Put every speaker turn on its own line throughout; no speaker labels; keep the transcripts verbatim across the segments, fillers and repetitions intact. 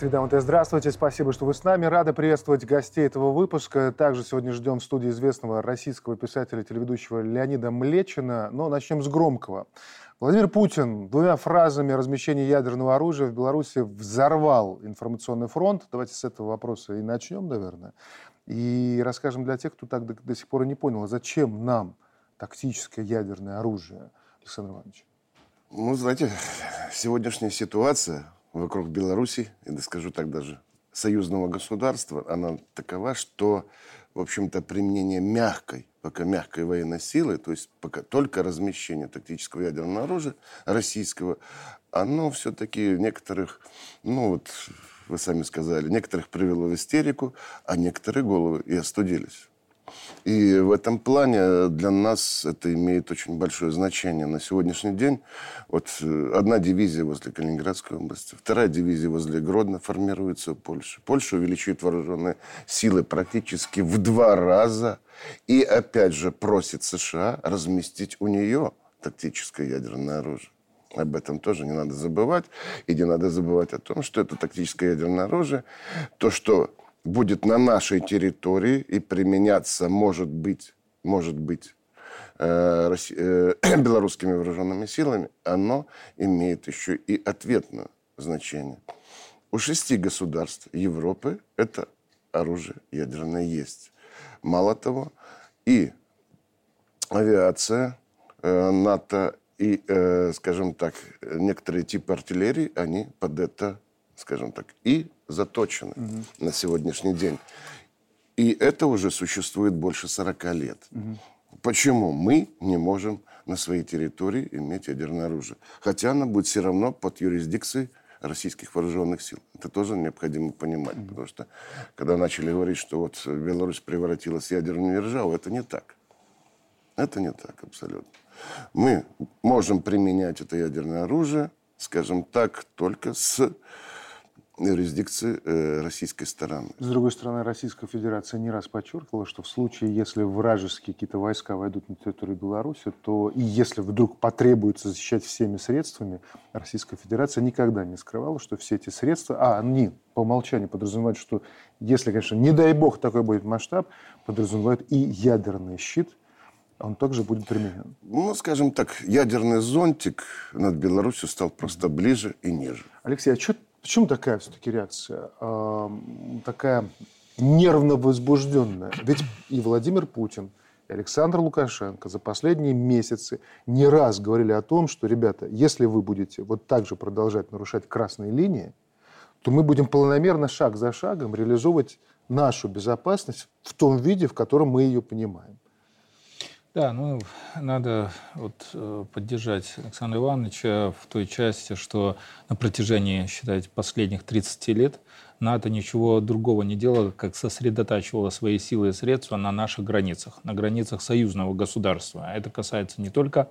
Здравствуйте, дамы и господа. Здравствуйте. Спасибо, что вы с нами. Рады приветствовать гостей этого выпуска. Также сегодня ждем в студии известного российского писателя и телеведущего Леонида Млечина. Но начнем с громкого. Владимир Путин двумя фразами о размещении ядерного оружия в Беларуси взорвал информационный фронт. Давайте с этого вопроса и начнем, наверное. И расскажем для тех, кто так до, до сих пор и не понял, зачем нам тактическое ядерное оружие, Александр Иванович?
Ну, знаете, сегодняшняя ситуация вокруг Беларуси, и скажу так даже, союзного государства, она такова, что, в общем-то, применение мягкой, пока мягкой военной силы, то есть пока только размещение тактического ядерного оружия российского, оно все-таки некоторых, ну вот, вы сами сказали, некоторых привело в истерику, а некоторые головы и остудились. И в этом плане для нас это имеет очень большое значение. На сегодняшний день вот одна дивизия возле Калининградской области, вторая дивизия возле Гродно формируется в Польше. Польша увеличивает вооруженные силы практически в два раза. И опять же просит США разместить у нее тактическое ядерное оружие. Об этом тоже не надо забывать. И не надо забывать о том, что это тактическое ядерное оружие, то, что будет на нашей территории и применяться, может быть, может быть, э, Росси... э, белорусскими вооруженными силами, оно имеет еще и ответное значение. У шести государств Европы это оружие ядерное есть. Мало того, и авиация э, НАТО, и, э, скажем так, некоторые типы артиллерии, они под это, скажем так, и заточены угу. на сегодняшний день. И это уже существует больше сорока лет. Угу. Почему мы не можем на своей территории иметь ядерное оружие? Хотя оно будет все равно под юрисдикцией российских вооруженных сил. Это тоже необходимо понимать. Угу. Потому что, когда начали говорить, что вот Беларусь превратилась в ядерную державу, это не так. Это не так абсолютно. Мы можем применять это ядерное оружие, скажем так, только с юрисдикции э, российской стороны.
С другой стороны, Российская Федерация не раз подчеркивала, что в случае, если вражеские какие-то войска войдут на территорию Беларуси, то и если вдруг потребуется защищать всеми средствами, Российская Федерация никогда не скрывала, что все эти средства, а они по умолчанию подразумевают, что если, конечно, не дай бог такой будет масштаб, подразумевают и ядерный щит, он также будет применен.
Ну, скажем так, ядерный зонтик над Беларусью стал просто ближе и ниже.
Алексей, а что Почему такая все-таки реакция? Э, такая нервно возбужденная? Ведь и Владимир Путин, и Александр Лукашенко за последние месяцы не раз говорили о том, что, ребята, если вы будете вот так же продолжать нарушать красные линии, то мы будем планомерно, шаг за шагом реализовывать нашу безопасность в том виде, в котором мы ее понимаем.
Да, ну, надо вот поддержать Александра Ивановича в той части, что на протяжении, считайте, последних тридцати лет НАТО ничего другого не делало, как сосредотачивало свои силы и средства на наших границах, на границах союзного государства. Это касается не только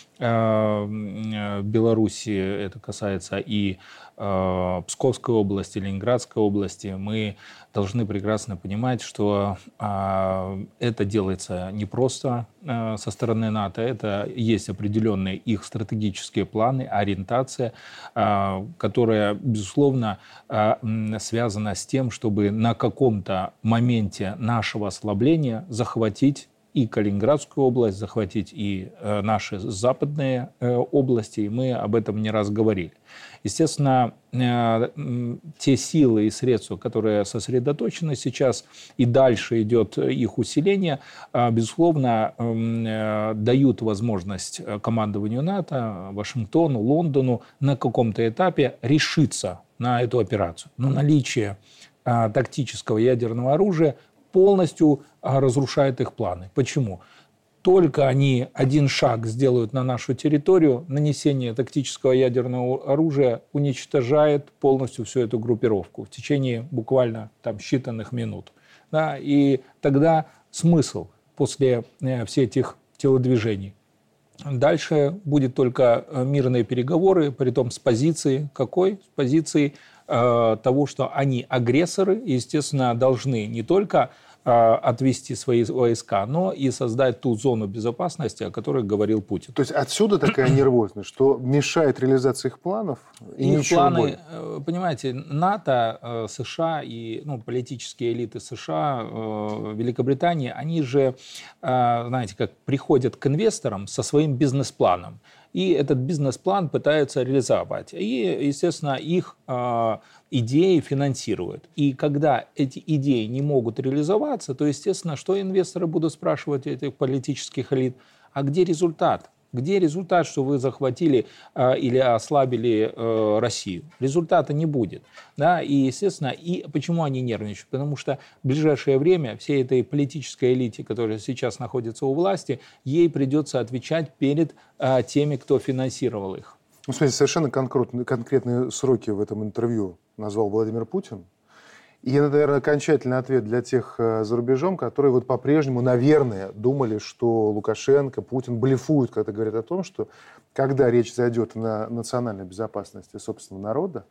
э, Белоруссии, это касается и э, Псковской области, Ленинградской области. Мы должны прекрасно понимать, что э, это делается не просто э, со стороны НАТО, это есть определенные их стратегические планы, ориентация, э, которая, безусловно, э, связана с тем, чтобы на каком-то моменте нашего ослабления захватить и Калининградскую область, захватить и э, наши западные э, области, и мы об этом не раз говорили. Естественно, э, те силы и средства, которые сосредоточены сейчас, и дальше идет их усиление, э, безусловно, э, дают возможность командованию НАТО, Вашингтону, Лондону на каком-то этапе решиться на эту операцию. Но наличие э, тактического ядерного оружия полностью разрушает их планы. Почему? Только они один шаг сделают на нашу территорию, нанесение тактического ядерного оружия уничтожает полностью всю эту группировку в течение буквально там, считанных минут. Да? И тогда смысл после э, всех этих телодвижений? Дальше будет только мирные переговоры, притом с позиции какой? С позиции э, того, что они агрессоры, и, естественно, должны не только отвести свои войска, но и создать ту зону безопасности, о которой говорил Путин.
То есть отсюда такая нервозность, что мешает реализации их планов? И
их планы, более. Понимаете, НАТО, США и ну, политические элиты США, Великобритании, они же, знаете, как приходят к инвесторам со своим бизнес-планом. И этот бизнес-план пытаются реализовать. И, естественно, их э, идеи финансируют. И когда эти идеи не могут реализоваться, то, естественно, что инвесторы будут спрашивать этих политических элит? А где результат? Где результат, что вы захватили э, или ослабили э, Россию? Результата не будет. Да? И, естественно, и почему они нервничают? Потому что в ближайшее время всей этой политической элите, которая сейчас находится у власти, ей придется отвечать перед э, теми, кто финансировал их.
Ну, смотрите, совершенно конкретные, конкретные сроки в этом интервью назвал Владимир Путин. И это, наверное, окончательный ответ для тех за рубежом, которые вот по-прежнему, наверное, думали, что Лукашенко, Путин блефуют, когда говорят о том, что когда речь зайдет на национальной безопасности собственного народа,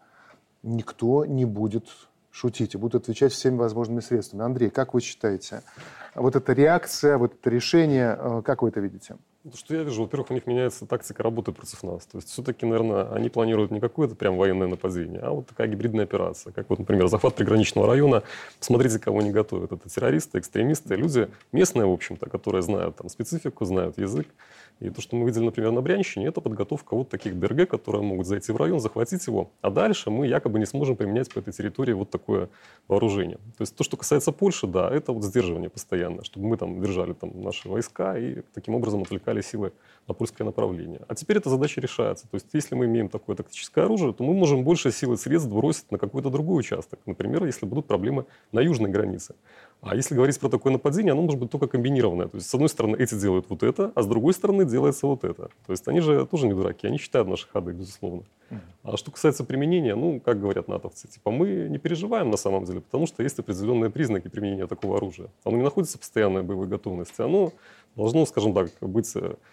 никто не будет шутить и будут отвечать всеми возможными средствами. Андрей, как вы считаете, вот эта реакция, вот это решение, как вы это видите?
Что я вижу, во-первых, у них меняется тактика работы против нас. То есть все-таки, наверное, они планируют не какое-то прям военное нападение, а вот такая гибридная операция. Как вот, например, захват приграничного района. Посмотрите, кого они готовят. Это террористы, экстремисты, люди местные, в общем-то, которые знают там специфику, знают язык. И то, что мы видели, например, на Брянщине, это подготовка вот таких ДРГ, которые могут зайти в район, захватить его. А дальше мы якобы не сможем применять по этой территории вот такое вооружение. То есть то, что касается Польши, да, это вот сдерживание постоянное, чтобы мы там держали там наши войска и таким образом отвлекали силы на польское направление. А теперь эта задача решается. То есть если мы имеем такое тактическое оружие, то мы можем больше сил и средств бросить на какой-то другой участок. Например, если будут проблемы на южной границе. А если говорить про такое нападение, оно может быть только комбинированное. То есть, с одной стороны, эти делают вот это, а с другой стороны, делается вот это. То есть, они же тоже не дураки, они считают наши ходы, безусловно. А что касается применения, ну, как говорят натовцы, типа, мы не переживаем на самом деле, потому что есть определенные признаки применения такого оружия. Оно не находится в постоянной боевой готовности, оно должно, скажем так, быть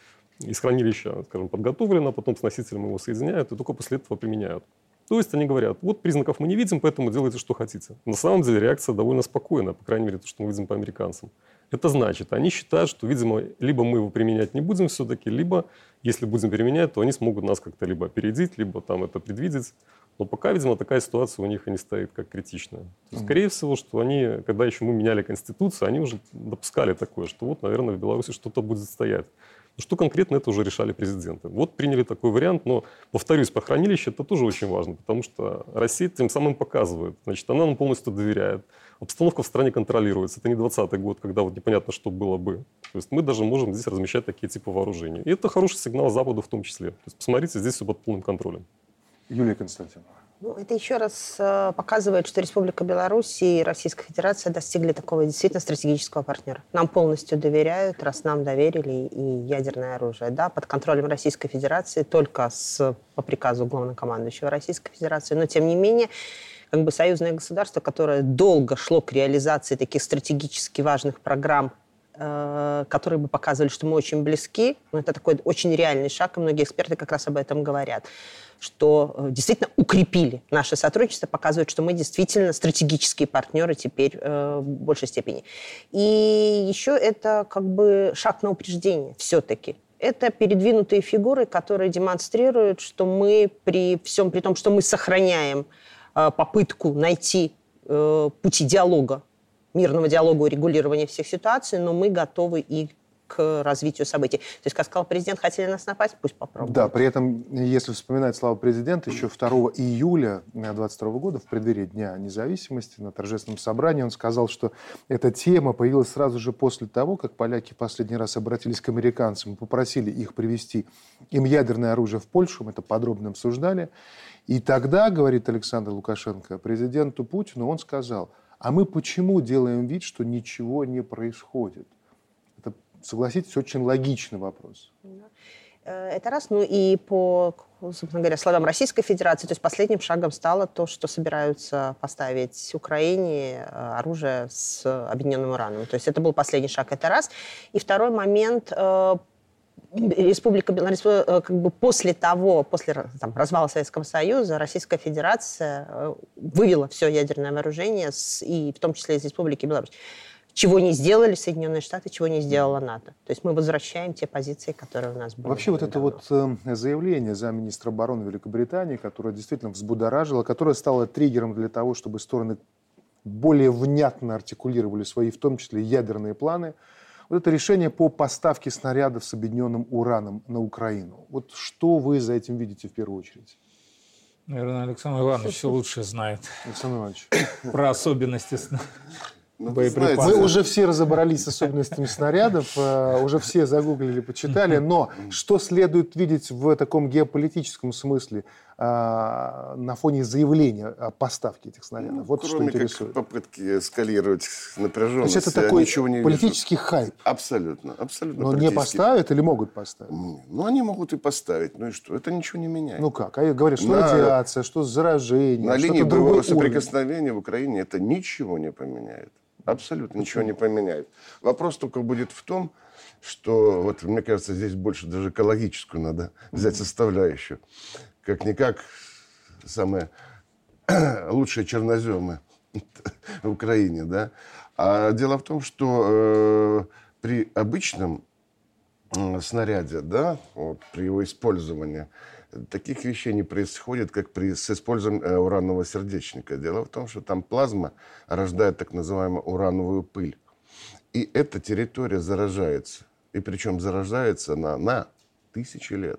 из хранилища, скажем, подготовлено, потом с носителем его соединяют и только после этого применяют. То есть они говорят, вот признаков мы не видим, поэтому делайте, что хотите. На самом деле реакция довольно спокойная, по крайней мере, то, что мы видим по американцам. Это значит, они считают, что, видимо, либо мы его применять не будем все-таки, либо, если будем применять, то они смогут нас как-то либо опередить, либо там это предвидеть. Но пока, видимо, такая ситуация у них и не стоит как критичная. То есть, скорее всего, что они, когда еще мы меняли Конституцию, они уже допускали такое, что вот, наверное, в Беларуси что-то будет стоять. Но что конкретно, это уже решали президенты. Вот приняли такой вариант, но, повторюсь, по хранилищу это тоже очень важно, потому что Россия тем самым показывает, значит, она нам полностью доверяет. Обстановка в стране контролируется. Это не двадцатый год, когда вот непонятно, что было бы. То есть мы даже можем здесь размещать такие типы вооружений. И это хороший сигнал Западу в том числе. То есть посмотрите, здесь все под полным контролем.
Юлия Константиновна.
Ну, это еще раз э, показывает, что Республика Беларусь и Российская Федерация достигли такого действительно стратегического партнера. Нам полностью доверяют, раз нам доверили и ядерное оружие. Да, под контролем Российской Федерации, только с, по приказу главнокомандующего Российской Федерации. Но, тем не менее, как бы союзное государство, которое долго шло к реализации таких стратегически важных программ, э, которые бы показывали, что мы очень близки, ну, это такой очень реальный шаг, и многие эксперты как раз об этом говорят, что действительно укрепили наше сотрудничество, показывают, что мы действительно стратегические партнеры теперь э, в большей степени. И еще это как бы шаг на упреждение все-таки. Это передвинутые фигуры, которые демонстрируют, что мы при всем при том, что мы сохраняем э, попытку найти э, пути диалога, мирного диалога, урегулирования всех ситуаций, но мы готовы и к развитию событий. То есть, как сказал президент, хотели нас напасть, пусть попробуют.
Да, при этом, если вспоминать слова президента, еще второго июля две тысячи двадцать второго года, в преддверии Дня независимости, на торжественном собрании, он сказал, что эта тема появилась сразу же после того, как поляки в последний раз обратились к американцам и попросили их привезти им ядерное оружие в Польшу. Мы это подробно обсуждали. И тогда, говорит Александр Лукашенко, президенту Путину, он сказал, а мы почему делаем вид, что ничего не происходит? Согласитесь, очень логичный вопрос.
Это раз. Ну и по, собственно говоря, словам Российской Федерации, то есть последним шагом стало то, что собираются поставить Украине оружие с объединенным ураном. То есть это был последний шаг, это раз. И второй момент. Республика Беларусь, как бы после того, после там, развала Советского Союза, Российская Федерация вывела все ядерное вооружение, с, и в том числе из Республики Беларусь. чего не сделали Соединенные Штаты, чего не сделала НАТО. То есть мы возвращаем те позиции, которые у нас были.
Вообще вот это вот э, заявление замминистра обороны Великобритании, которое действительно взбудоражило, которое стало триггером для того, чтобы стороны более внятно артикулировали свои, в том числе ядерные планы. Вот это решение по поставке снарядов с объединенным ураном на Украину. Вот что вы за этим видите в первую очередь?
Наверное, Александр Иванович лучше знает
Александр Иванович.
про особенности
Ну,
боеприпасов.
Мы уже все разобрались с особенностями снарядов, э, уже все загуглили, почитали, но что следует видеть в таком геополитическом смысле э, на фоне заявления о поставке этих снарядов?
Ну,
вот что
кроме как
интересует.
попытки эскалировать
То
напряженность,
есть это
я
такой
ничего не
политический
вижу.
хайп.
Абсолютно, абсолютно.
Но не
политический.
поставят или могут поставить?
Ну, они могут и поставить. Ну и что? Это ничего не меняет.
Ну как? А говорят, что
На-
радиация, что заражение,
На
что-то
линии
другой
боевого
уровень.
соприкосновения в Украине это ничего не поменяет. Абсолютно ничего не поменяет. Вопрос только будет в том, что, вот, мне кажется, здесь больше даже экологическую надо взять составляющую. Как-никак самые лучшие черноземы в Украине, да. А дело в том, что э, при обычном э, снаряде, да, вот, при его использовании, таких вещей не происходит, как при, с использованием э, уранового сердечника. Дело в том, что там плазма рождает так называемую урановую пыль. И эта территория заражается. И причем заражается она на тысячи лет.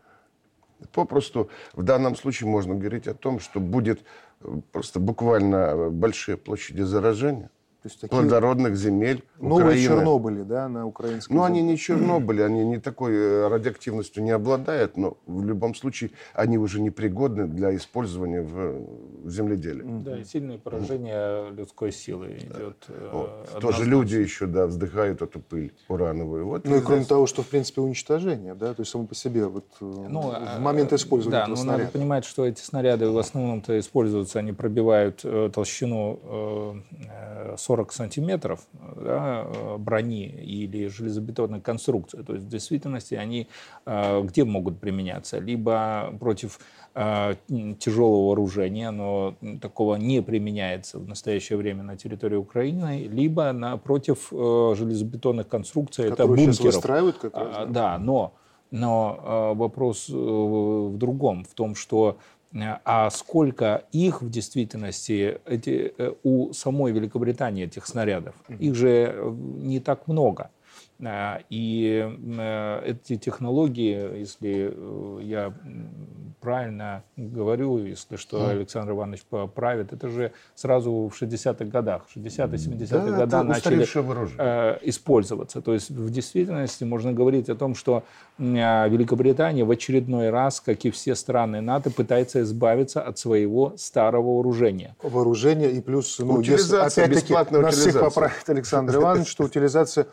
Попросту в данном случае можно говорить о том, что будет просто буквально большие площади заражения.
То есть такие
плодородных земель
новые
Украины.
Чернобыли, да, на украинском
Ну, они не Чернобыль, они не такой э, радиоактивностью не обладают, но в любом случае они уже непригодны для использования в, в земледелии.
Да, и сильное поражение людской силы идет.
Вот. Тоже люди еще, да, вздыхают эту пыль урановую. Вот
Ну и
здесь...
кроме того, что в принципе уничтожение, да, то есть само по себе вот
Ну,
в момент использования
да,
этого
но
снаряда.
надо понимать, что эти снаряды в основном-то используются, они пробивают э, толщину э, сорок сантиметров, да, брони или железобетонной конструкции. То есть в действительности они э, где могут применяться? Либо против э, тяжелого вооружения, но такого не применяется в настоящее время на территории Украины, либо напротив э, железобетонных конструкций, это
Которые сейчас
бункеров.
выстраивают как раз,
А,
да?
да, но, но э, вопрос э, в другом, в том, что а сколько их в действительности эти, у самой Великобритании этих снарядов? Их же не так много. И эти технологии, если я правильно говорю, если что, Александр Иванович поправит, это же сразу в шестидесятых годах, шестидесятые-семидесятые
Да,
годы начали
вооружение.
использоваться. То есть в действительности можно говорить о том, что Великобритания в очередной раз, как и все страны НАТО, пытается избавиться от своего старого вооружения.
Вооружение и плюс, ну,
утилизация,
если, опять-таки,
бесплатная
нас всех
утилизация.
поправит Александр Иванович, что утилизация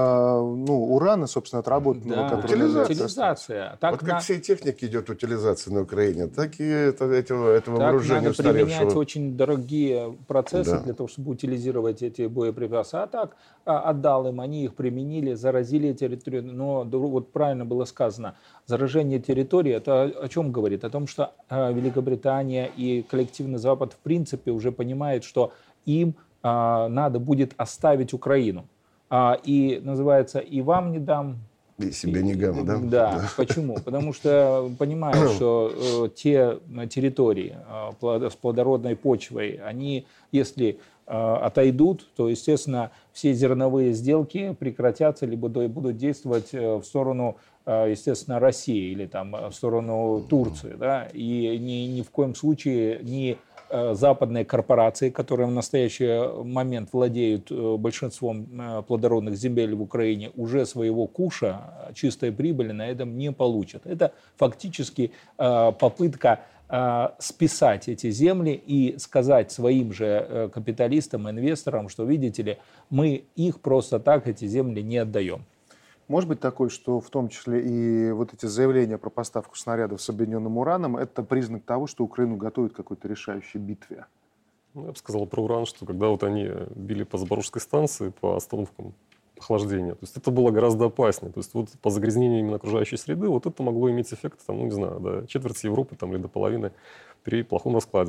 ну, урана, собственно, отработанного,
Да,
который
утилизация.
утилизация. Так
Вот
на-
как всей техники идет утилизация на Украине, так и это, этого, этого
Так
вооружения
надо применять
устаревшего.
очень дорогие процессы
Да.
для того, чтобы утилизировать эти боеприпасы. А так а, отдал им, они их применили, заразили территорию. Но да, вот правильно было сказано, заражение территории, это о чем говорит? О том, что а, Великобритания и коллективный Запад в принципе уже понимает, что им а, надо будет оставить Украину. А, и называется «и вам не дам».
И себе не гам, да?
Да. Почему? Потому что понимают, что э, те территории э, плод- с плодородной почвой, они, если э, отойдут, то, естественно, все зерновые сделки прекратятся, либо до- будут действовать э, в сторону, э, естественно, России или там, э, в сторону Турции. Да? И ни, ни в коем случае не западные корпорации, которые в настоящий момент владеют большинством плодородных земель в Украине, уже своего куша, чистой прибыли на этом не получат. Это фактически попытка списать эти земли и сказать своим же капиталистам, инвесторам, что, видите ли, мы их просто так, эти земли, не отдаем.
Может быть такое, что в том числе и вот эти заявления про поставку снарядов с объединенным ураном, это признак того, что Украину готовят к какой-то решающей битве?
Ну, я бы сказал про уран, что когда вот они били по Запорожской станции, по остановкам охлаждения, то есть это было гораздо опаснее. То есть вот по загрязнению именно окружающей среды, вот это могло иметь эффект, там, ну, не знаю, до четверти Европы там, или до половины при плохом раскладе.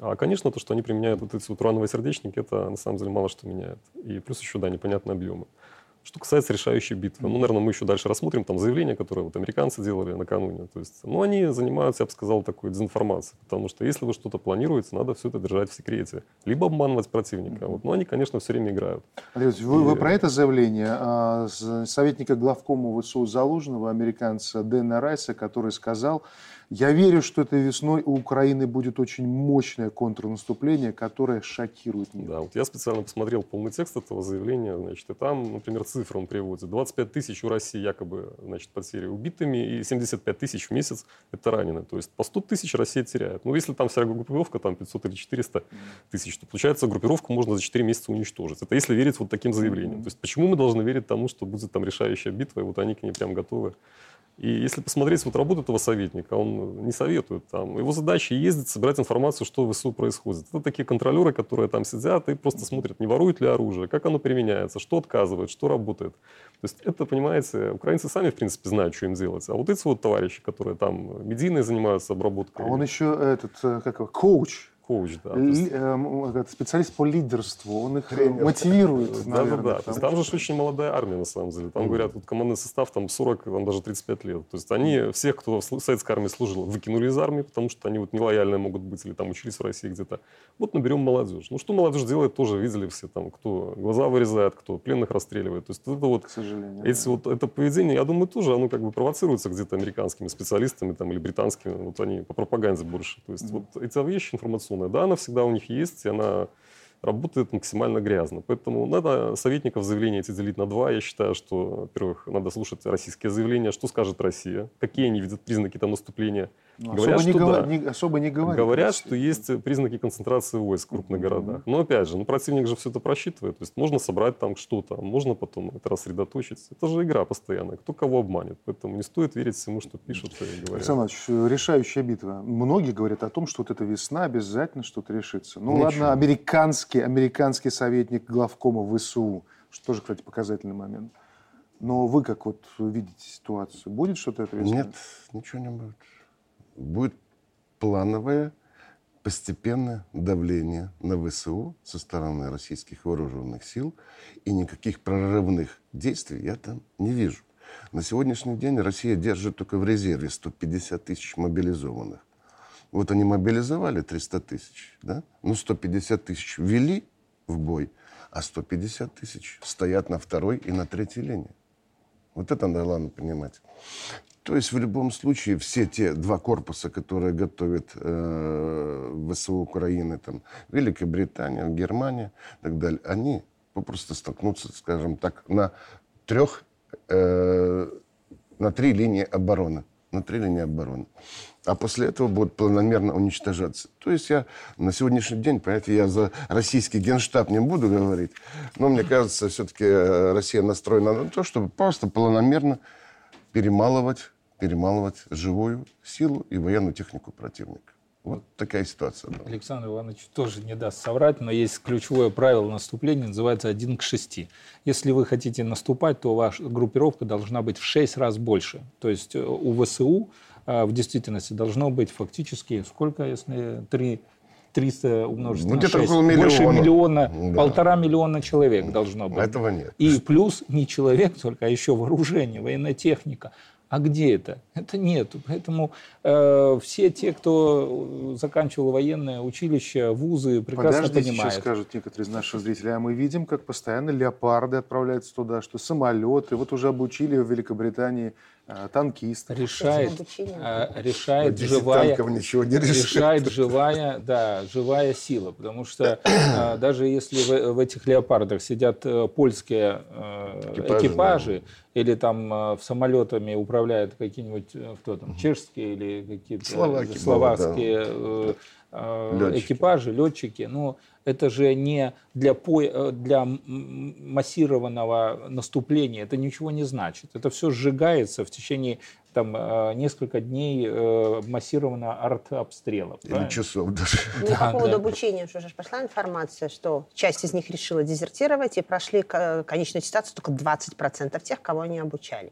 А, конечно, то, что они применяют вот эти вот урановые сердечники, это на самом деле мало что меняет. И плюс еще, да, непонятные объемы. Что касается решающей битвы, ну, наверное, мы еще дальше рассмотрим там заявления, которые вот американцы делали накануне. То есть, ну, они занимаются, я бы сказал, такой дезинформацией, потому что если вы что-то планируете, надо все это держать в секрете, либо обманывать противника. Вот, но они, конечно, все время играют.
Андрей, вы, И... вы про это заявление а, советника главкома ВСУ Залужного, американца Дэна Райса, который сказал: «Я верю, что этой весной у Украины будет очень мощное контрнаступление, которое шокирует мир».
Да, вот я специально посмотрел полный текст этого заявления, значит, и там, например, цифры он приводит. двадцать пять тысяч у России якобы, значит, потери убитыми, и семьдесят пять тысяч в месяц это ранены. То есть по сто тысяч Россия теряет. Ну, если там вся группировка, там пятьсот или четыреста тысяч, то получается, группировку можно за четыре месяца уничтожить. Это если верить вот таким заявлениям. То есть почему мы должны верить тому, что будет там решающая битва, и вот они к ней прям готовы? И если посмотреть вот работу этого советника, он не советует там. Его задача ездить, собирать информацию, что в ВСУ происходит. Это такие контролеры, которые там сидят и просто смотрят, не воруют ли оружие, как оно применяется, что отказывает, что работает. То есть это, понимаете, украинцы сами, в принципе, знают, что им делать. А вот эти вот товарищи, которые там медийные занимаются обработкой.
А он еще этот, как его, коуч.
Коуч, да.
Ли, есть... э, специалист по лидерству, он их Тренер. мотивирует,
да, наверное. Да, да. Там... там же очень молодая армия, на самом деле. Там, mm. говорят, вот командный состав там сорок, там даже тридцать пять лет. То есть они, всех, кто в советской армии служил, выкинули из армии, потому что они вот нелояльные могут быть, или там учились в России где-то. Вот наберем молодежь. Ну, что молодежь делает, тоже видели все. Там, кто глаза вырезает, кто пленных расстреливает. То есть это вот, к сожалению, эти, да. вот, это поведение, я думаю, тоже оно как бы провоцируется где-то американскими специалистами там, или британскими. Вот они по пропаганде больше. То есть mm. вот эти вещи информационные, да, она всегда у них есть, и она работает максимально грязно. Поэтому надо советников заявления эти делить на два. Я считаю, что, во-первых, надо слушать российские заявления, что скажет Россия, какие они видят признаки там наступления.
Ну,
говорят,
особо,
что,
не
да,
говор... не, особо не говорят.
Говорят, что есть признаки концентрации войск в крупных mm-hmm. городах. Но опять же, ну, противник же все это просчитывает. То есть можно собрать там что-то, можно потом это рассредоточить. Это же игра постоянная. Кто кого обманет. Поэтому не стоит верить всему, что пишут и говорят.
Александр Иванович, решающая битва. Многие говорят о том, что вот эта весна обязательно что-то решится. Ну
Ничего.
ладно, американский, американский советник главкома ВСУ, что тоже, кстати, показательный момент. Но вы как вот видите ситуацию? Будет что-то это весной?
Нет, ничего не будет. Будет плановое, постепенное давление на ВСУ со стороны российских вооруженных сил. И никаких прорывных действий я там не вижу. На сегодняшний день Россия держит только в резерве сто пятьдесят тысяч мобилизованных. Вот они мобилизовали триста тысяч, да? Ну, сто пятьдесят тысяч ввели в бой, а сто пятьдесят тысяч стоят на второй и на третьей линии. Вот это надо понимать. То есть в любом случае все те два корпуса, которые готовят э, ВСУ Украины, там, Великобритания, Германия и так далее, они попросту столкнутся, скажем так, на трех, э, на три линии обороны. На три линии обороны. А после этого будут планомерно уничтожаться. То есть я на сегодняшний день, понимаете, я за российский генштаб не буду говорить, но мне кажется, все-таки Россия настроена на то, чтобы просто планомерно перемалывать, перемалывать живую силу и военную технику противника. Вот такая ситуация. Да.
Александр Иванович тоже не даст соврать, но есть ключевое правило наступления, называется один к шести. Если вы хотите наступать, то ваша группировка должна быть в шесть раз больше. То есть у ВСУ в действительности должно быть фактически, сколько, если три... триста умножить ну, на шесть, больше миллиона, да. полтора миллиона человек должно быть.
Этого нет.
И плюс не человек только, а еще вооружение, военная техника. А где это? Это нет. Поэтому э, все те, кто заканчивал военное училище, вузы, прекрасно
Подождите,
понимают.
Сейчас скажут некоторые из наших зрителей, а мы видим, как постоянно леопарды отправляются туда, что самолеты. Вот уже обучили в Великобритании э, танкистов.
Решает, э, решает живая,
ничего не
решает живая, да, живая сила. Потому что э, даже если в, в этих леопардах сидят э, польские э, экипажи, экипажи да. или там э, в самолетами управляют какие-нибудь, кто там, чешские или какие-то Словаки, словацкие да. э, летчики. экипажи, летчики, ну, это же не для, по... для массированного наступления, это ничего не значит. Это все сжигается в течение там, несколько дней массированного артобстрела.
Или правильно? Часов даже.
Ну да, по поводу да. обучения, что же пошла информация, что часть из них решила дезертировать и прошли конечную аттестацию только двадцать процентов тех, кого они обучали.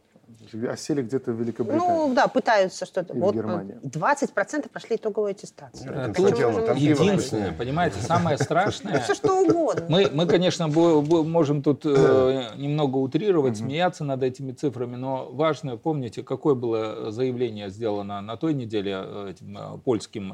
осели где-то в Великобритании.
Ну, да, пытаются что-то.
Или
Вот
Германии.
двадцать процентов прошли итоговую аттестацию.
Да,
Тут
дело, там
единственное, понимаете, самое страшное...
Все что угодно.
Мы, мы конечно, бо- бо- можем тут э, немного утрировать, смеяться над этими цифрами, но важно, помните, какое было заявление сделано на той неделе э, этим э, польским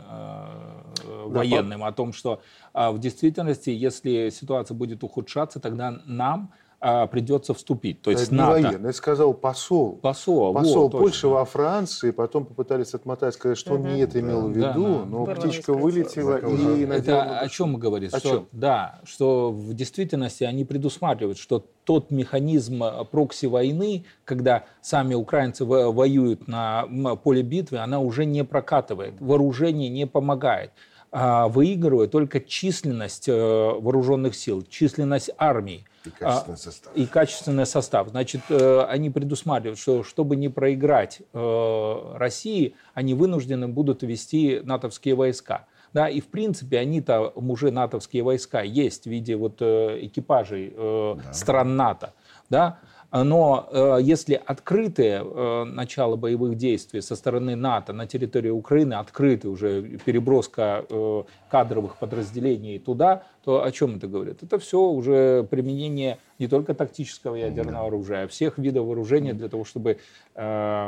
э, военным о том, что э, в действительности, если ситуация будет ухудшаться, тогда нам э, придется вступить. То есть
Это не
НАТО.
военный, это сказал посол.
Посол,
Посол
вот,
Польши
точно.
во Франции, потом попытались отмотать, сказать, что он не это имел в
Да,
виду,
да.
но
Вырвано
птичка
из
вылетела
конца.
и
Это
наделала
о чем мы говорим?
О
Что,
чем?
Да, что в действительности они предусматривают, что тот механизм прокси-войны, когда сами украинцы во- воюют на м, поле битвы, она уже не прокатывает, вооружение не помогает. А выигрывает только численность э, вооруженных сил, численность армии.
И качественный состав.
И качественный состав. Значит, э, они предусматривают, что чтобы не проиграть э, России, они вынуждены будут ввести натовские войска. Да, и в принципе они-то уже натовские войска есть в виде вот, э, экипажей э,
Да.
стран НАТО. Да? Но э, если открытое э, начало боевых действий со стороны НАТО на территории Украины, открытый уже переброска э, кадровых подразделений туда, то о чем это говорит? Это все уже применение не только тактического ядерного оружия, а всех видов вооружения для того, чтобы э,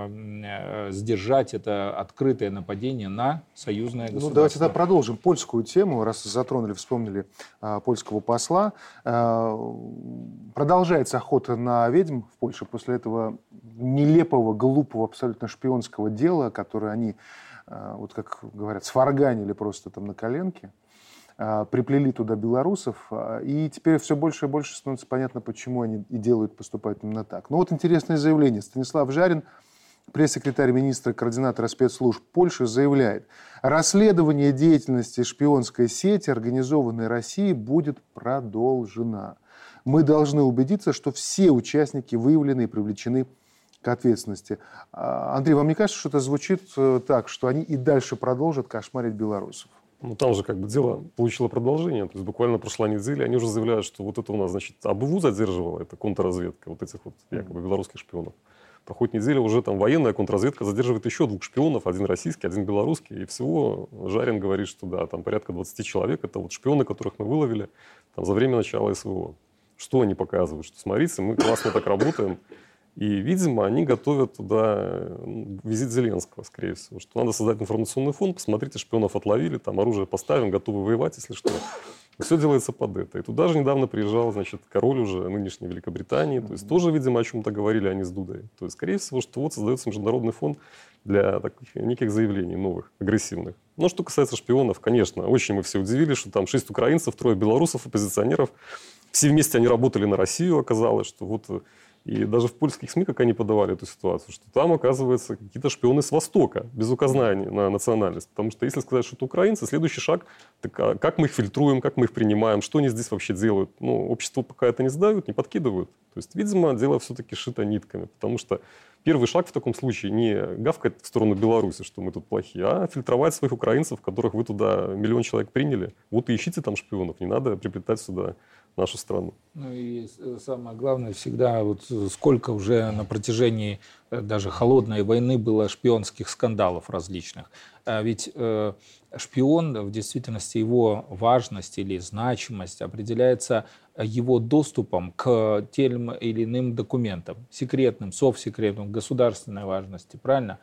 э, сдержать это открытое нападение на союзное государство.
Ну, давайте тогда продолжим польскую тему, раз затронули, вспомнили а, польского посла. А, продолжается охота на ведьм в Польше после этого нелепого, глупого, абсолютно шпионского дела, которое они, а, вот как говорят, сварганили просто там на коленке, а, приплели туда белорусов, а, и теперь все больше и больше становится понятно, почему они и делают, поступают именно так. Ну вот интересное заявление. Станислав Жарин, пресс-секретарь министра, координатора спецслужб Польши, заявляет: расследование деятельности шпионской сети, организованной Россией, будет продолжено. Мы должны убедиться, что все участники выявлены и привлечены к ответственности. Андрей, вам не кажется, что это звучит так, что они и дальше продолжат кошмарить белорусов?
Ну, там же как бы дело получило продолжение. То есть буквально прошла неделя, они уже заявляют, что вот это у нас, значит, АБУ задерживала, это контрразведка, вот этих вот якобы белорусских шпионов. Проходит неделя, уже там военная контрразведка задерживает еще двух шпионов, один российский, один белорусский. И всего Жарин говорит, что да, там порядка двадцати человек, это вот шпионы, которых мы выловили там, за время начала СВО. Что они показывают? Что смотрите, мы классно так работаем. И, видимо, они готовят туда визит Зеленского, скорее всего. Что надо создать информационный фонд, посмотрите, шпионов отловили, там оружие поставим, готовы воевать, если что. Все делается под это. И туда же недавно приезжал, значит, король уже нынешней Великобритании. То есть тоже, видимо, о чем-то говорили они с Дудой. То есть, скорее всего, что вот создается международный фонд для таких неких заявлений новых, агрессивных. Но что касается шпионов, конечно, очень мы все удивились, что там шесть украинцев, трое белорусов, оппозиционеров. Все вместе они работали на Россию, оказалось, что вот... И даже в польских СМИ, как они подавали эту ситуацию, что там, оказывается, какие-то шпионы с Востока, без указания на национальность. Потому что если сказать, что это украинцы, следующий шаг, так, а как мы их фильтруем, как мы их принимаем, что они здесь вообще делают? Ну, общество пока это не сдают, не подкидывают. То есть, видимо, дело все-таки шито нитками. Потому что первый шаг в таком случае не гавкать в сторону Беларуси, что мы тут плохие, а фильтровать своих украинцев, которых вы туда миллион человек приняли. Вот и ищите там шпионов, не надо приплетать сюда нашу страну.
Ну и самое главное, всегда вот сколько уже на протяжении даже холодной войны было шпионских скандалов различных. А ведь э, шпион, в действительности, его важность или значимость определяется его доступом к тем или иным документам, секретным, совсекретным, государственной важности, правильно?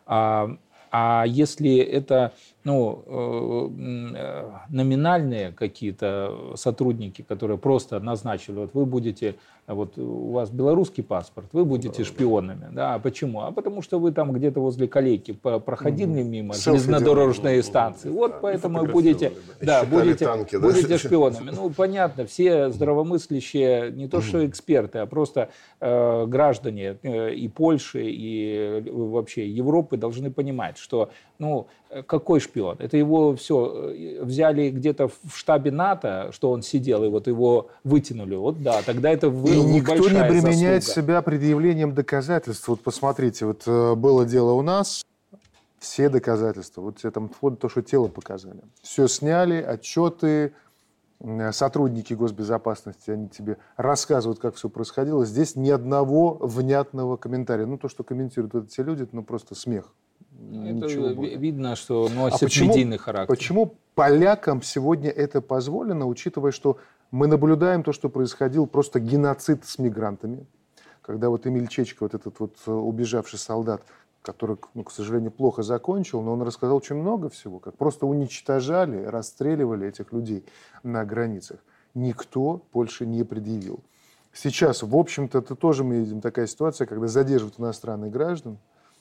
А, а если это ну, э, номинальные какие-то сотрудники, которые просто назначили, вот вы будете, вот у вас белорусский паспорт, вы будете шпионами. Да? А почему? А потому что вы там где-то возле колейки проходили мимо железнодорожной станции. Вот поэтому и будете, да, будете,
танки, да?
будете шпионами. Ну, понятно, все здравомыслящие, не то что эксперты, а просто э, граждане э, и Польши, и вообще Европы должны понимать, что ну, какой шпион? Это его все взяли где-то в штабе НАТО, что он сидел, и вот его вытянули. Вот да, тогда это вы,
и никто не обременяет
заслуга.
себя предъявлением доказательств. Вот посмотрите, вот было дело у нас, все доказательства. Вот тебе там вплоть до того, что тело показали. Все сняли, отчеты, сотрудники госбезопасности, они тебе рассказывают, как все происходило. Здесь ни одного внятного комментария. Ну, то, что комментируют вот эти люди, это ну, просто смех.
Это видно, что носит
а почему,
медийный характер.
Почему полякам сегодня это позволено, учитывая, что мы наблюдаем то, что происходил просто геноцид с мигрантами, когда вот Эмиль Чечка, вот этот вот убежавший солдат, который, ну, к сожалению, плохо закончил, но он рассказал очень много всего, как просто уничтожали, расстреливали этих людей на границах. Никто больше не предъявил. Сейчас, в общем-то, это тоже мы видим такая ситуация, когда задерживают иностранных граждан,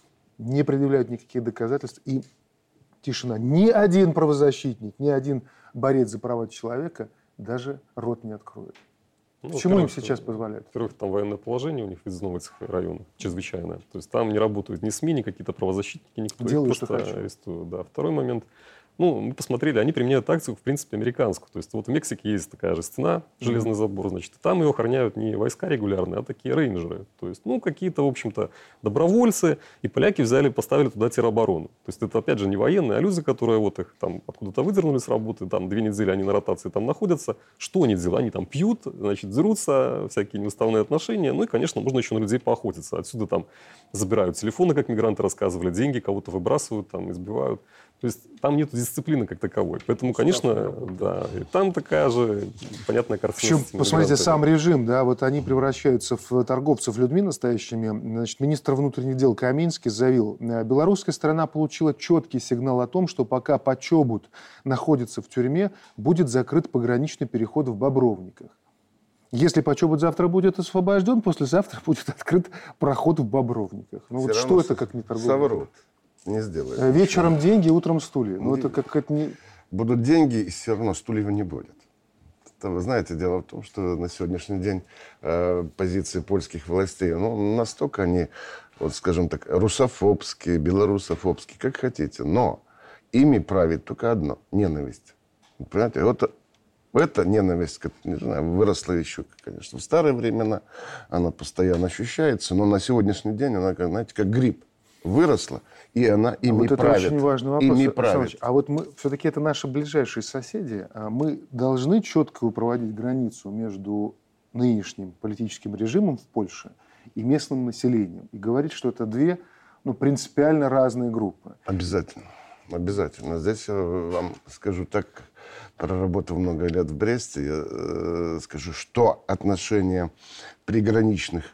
не предъявляют никаких доказательств, и тишина. Ни один правозащитник, ни один борец за права человека даже рот не откроет.
Ну,
Почему им сейчас позволяют?
Во-первых, там военное положение у них введено в этих районах, чрезвычайное. То есть там не работают ни СМИ, ни какие-то правозащитники, никто.
Делаю,
их
что
просто
хочу.
арестуют. Да. Второй момент. Ну, мы посмотрели, они применяют тактику, в принципе, американскую. То есть вот в Мексике есть такая же стена, железный mm-hmm. забор, значит, и там ее охраняют не войска регулярные, а такие рейнджеры. То есть, ну, какие-то, в общем-то, добровольцы, и поляки взяли, поставили туда тероборону. То есть это, опять же, не военные, а люди, которые вот их там откуда-то выдернули с работы, там две недели они на ротации там находятся. Что они делают? Они там пьют, значит, дерутся, всякие неуставные отношения. Ну и, конечно, можно еще на людей поохотиться. Отсюда там забирают телефоны, как мигранты рассказывали, деньги кого-то выбрасывают, там, избивают. То есть там нет дисциплины как таковой. Поэтому, конечно, да, и там такая же понятная картина.
Причем, посмотрите, сам режим, да, вот они превращаются в торговцев людьми настоящими. Значит, министр внутренних дел Каминский заявил, белорусская сторона получила четкий сигнал о том, что пока Почобут находится в тюрьме, будет закрыт пограничный переход в Бобровниках. Если Почобут завтра будет освобожден, послезавтра будет открыт проход в Бобровниках. Ну вот что это как не торговля?
Соврут. Не сделают.
Вечером деньги, утром стулья. Ну, это как это не...
Будут деньги, и все равно стульев не будет. Это, вы знаете, дело в том, что на сегодняшний день э, позиции польских властей, ну, настолько они, вот скажем так, русофобские, белорусофобские, как хотите. Но ими правит только одно – ненависть. Понимаете, вот эта ненависть, не знаю, выросла еще, конечно, в старые времена. Она постоянно ощущается, но на сегодняшний день она, знаете, как грипп. Выросла, и она ими
вот это
правит.
очень важный вопрос.
Ими правит.
А вот мы, все-таки это наши ближайшие соседи. Мы должны четко проводить границу между нынешним политическим режимом в Польше и местным населением. И говорить, что это две ну, принципиально разные группы.
Обязательно. Обязательно. Здесь я вам скажу так, проработав много лет в Бресте, я э, скажу, что отношения приграничных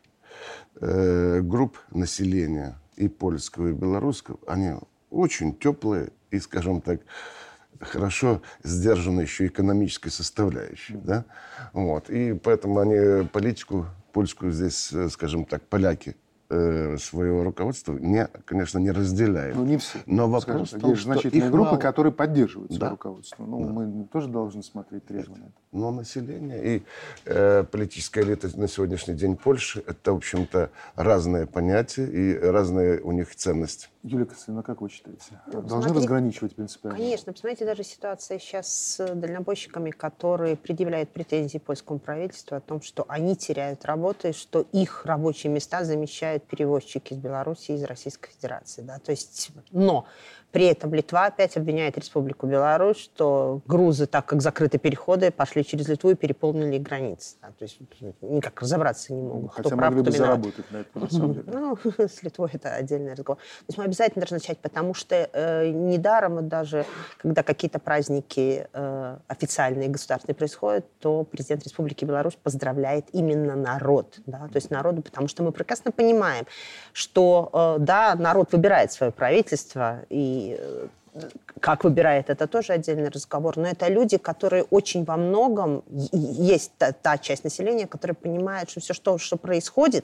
э, групп населения и польского, и белорусского, они очень теплые и, скажем так, хорошо сдержаны еще экономической составляющей. Да? Вот. И поэтому они политику польскую здесь, скажем так, поляки э, своего руководства, не, конечно, не разделяют.
Ну, не все.
Но вопрос
скажем,
в том,
есть
что
значительные
их
группы,
мало.
которые поддерживают свое
Да.
руководство. Ну,
Да.
мы тоже должны смотреть трезво на это.
Но население и э, политическая элита на сегодняшний день Польши – это, в общем-то, разные понятия и разные у них ценности.
Юлия Константиновна, как вы считаете? Должны
Смотрите,
разграничивать принципиально?
Конечно. Посмотрите, даже ситуация сейчас с дальнобойщиками, которые предъявляют претензии польскому правительству о том, что они теряют работу, и что их рабочие места замещают перевозчики из Беларуси и из Российской Федерации. Да? То есть, но при этом Литва опять обвиняет Республику Беларусь, что грузы, так как закрыты переходы, пошли через Литву и переполнили границы. Да? То есть никак разобраться не могут.
Хотя
кто
могли
прав,
бы
кто виноват.
заработать на это, на самом деле.
Ну, с Литвой это отдельный разговор. То есть мы обязательно должны начать, потому что э, недаром вот даже, когда какие-то праздники э, официальные, государственные происходят, то президент Республики Беларусь поздравляет именно народ. Да? То есть народу, потому что мы прекрасно понимаем, что, э, да, народ выбирает свое правительство, и э, как выбирает, это тоже отдельный разговор, но это люди, которые очень во многом, есть та, та часть населения, которая понимает, что все, что, что происходит,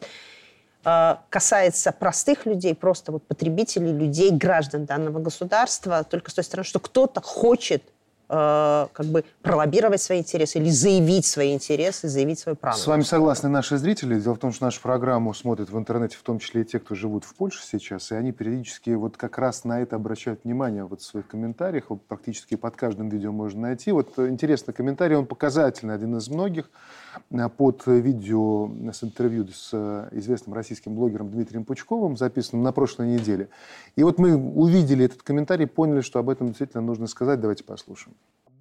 касается простых людей, просто вот потребителей, людей, граждан данного государства, только с той стороны, что кто-то хочет э, как бы пролоббировать свои интересы или заявить свои интересы, заявить свое право.
С вами согласны наши зрители. Дело в том, что нашу программу смотрят в интернете, в том числе и те, кто живут в Польше сейчас, и они периодически вот как раз на это обращают внимание вот в своих комментариях. Вот практически под каждым видео можно найти. Вот интересный комментарий, он показательный, один из многих. Под видео с интервью с известным российским блогером Дмитрием Пучковым, записанным на прошлой неделе. И вот мы увидели этот комментарий, поняли, что об этом действительно нужно сказать. Давайте послушаем.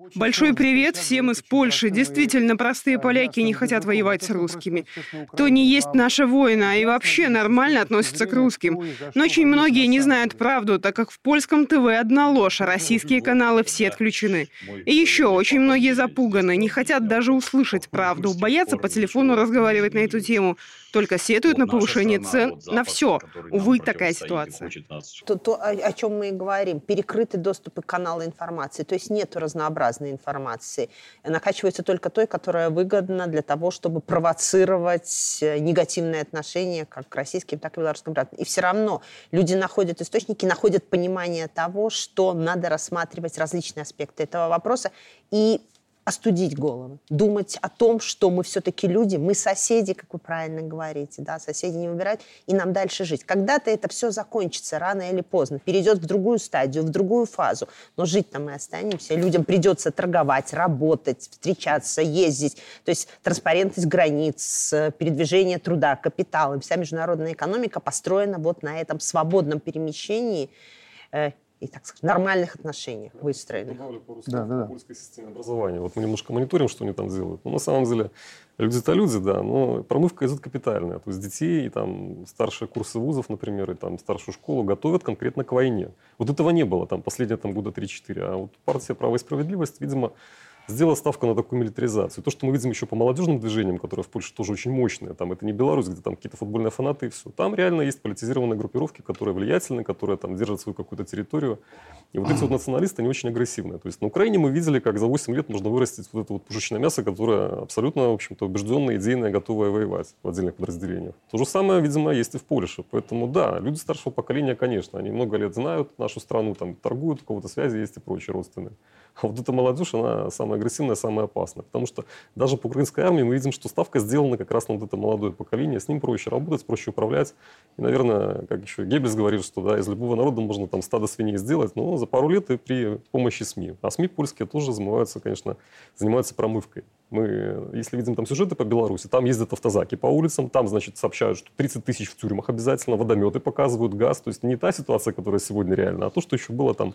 Большой привет всем из Польши. Действительно, простые поляки не хотят воевать с русскими. То не есть наша война, и вообще нормально относятся к русским. Но очень многие не знают правду, так как в польском ТВ одна ложь, а российские каналы все отключены. И еще, очень многие запуганы, не хотят даже услышать правду, боятся по телефону разговаривать на эту тему, только сетуют на повышение цен на все. Увы, такая ситуация.
То, то о, о чем мы и говорим. Перекрыты доступы к каналу информации. То есть нет разнообразной информации. Накачивается только той, которая выгодна для того, чтобы провоцировать негативные отношения как к российским, так и белорусским гражданам. И все равно люди находят источники, находят понимание того, что надо рассматривать различные аспекты этого вопроса и остудить голову, думать о том, что мы все-таки люди, мы соседи, как вы правильно говорите, да, соседи не выбирать, и нам дальше жить. Когда-то это все закончится, рано или поздно, перейдет в другую стадию, в другую фазу, но жить-то мы останемся, людям придется торговать, работать, встречаться, ездить, то есть транспарентность границ, передвижение труда, капитала, вся международная экономика построена вот на этом свободном перемещении э, и, так сказать, нормальных отношениях выстроенных.
Добавлю пару слов
Да, да, да.
о польской системе образования. Вот мы немножко мониторим, что они там делают. Но на самом деле люди-то люди, да, но промывка идет капитальная. То есть детей, и там старшие курсы вузов, например, и там старшую школу готовят конкретно к войне. Вот этого не было там последние там, года три-четыре. А вот партия «Право и справедливость», видимо, сделала ставку на такую милитаризацию. То, что мы видим еще по молодежным движениям, которые в Польше тоже очень мощные, там это не Беларусь, где там какие-то футбольные фанаты и все. Там реально есть политизированные группировки, которые влиятельны, которые там держат свою какую-то территорию. И вот эти вот националисты, они очень агрессивные. То есть на Украине мы видели, как за восемь лет можно вырастить вот это вот пушечное мясо, которое абсолютно, в общем-то, убежденное, идейное, готовое воевать в отдельных подразделениях. То же самое, видимо, есть и в Польше. Поэтому да, люди старшего поколения, конечно, они много лет знают нашу страну, там торгуют, у кого-то связи есть и прочие родственные. А вот эта молодежь, она самая агрессивная, самая опасная. Потому что даже по украинской армии мы видим, что ставка сделана как раз на вот это молодое поколение. С ним проще работать, проще управлять. И, наверное, как еще Геббельс говорил, что да, из любого народа можно там стадо свиней сделать, но за пару лет и при помощи СМИ. А СМИ польские тоже занимаются, конечно, занимаются промывкой. Мы, если видим там сюжеты по Беларуси, там ездят автозаки по улицам, там, значит, сообщают, что тридцать тысяч в тюрьмах обязательно, водометы показывают, газ. То есть не та ситуация, которая сегодня реальна, а то, что еще было там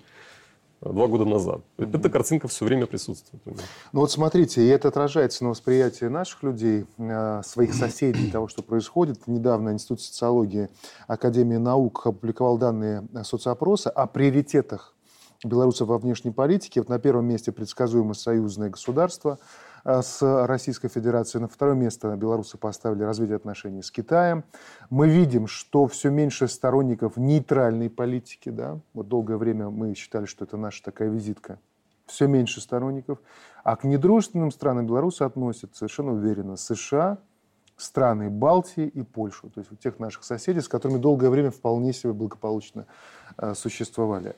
два года назад. Mm-hmm. Эта картинка все время присутствует.
Ну вот смотрите, и это отражается на восприятии наших людей, своих соседей, того, что происходит. Недавно Институт социологии Академии наук опубликовал данные соцопроса о приоритетах белорусов во внешней политике. Вот на первом месте предсказуемое союзное государство с Российской Федерацией. На второе место белорусы поставили развитие отношений с Китаем. Мы видим, что все меньше сторонников нейтральной политики. Да? Вот долгое время мы считали, что это наша такая визитка. Все меньше сторонников. А к недружественным странам белорусы относят совершенно уверенно США, страны Балтии и Польшу. То есть вот тех наших соседей, с которыми долгое время вполне себе благополучно э, существовали.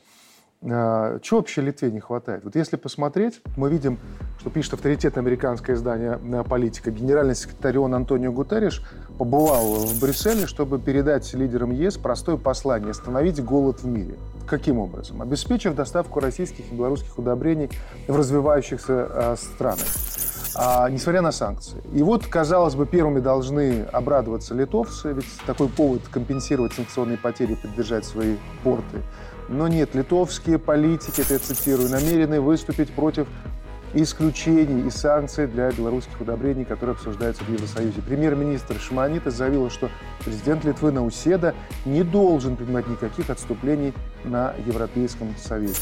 Чего вообще Литве не хватает? Вот если посмотреть, мы видим, что пишет авторитетное американское издание «Политика». Генеральный секретарь ООН Антонио Гутерриш побывал в Брюсселе, чтобы передать лидерам ЕС простое послание – остановить голод в мире. Каким образом? Обеспечив доставку российских и белорусских удобрений в развивающихся э, странах. А, несмотря на санкции. И вот, казалось бы, первыми должны обрадоваться литовцы, ведь такой повод компенсировать санкционные потери и поддержать свои порты. Но нет, литовские политики, это я цитирую, намерены выступить против исключений и санкций для белорусских удобрений, которые обсуждаются в Евросоюзе. Премьер-министр Шимонита заявила, что президент Литвы Науседа не должен принимать никаких отступлений на Европейском Совете.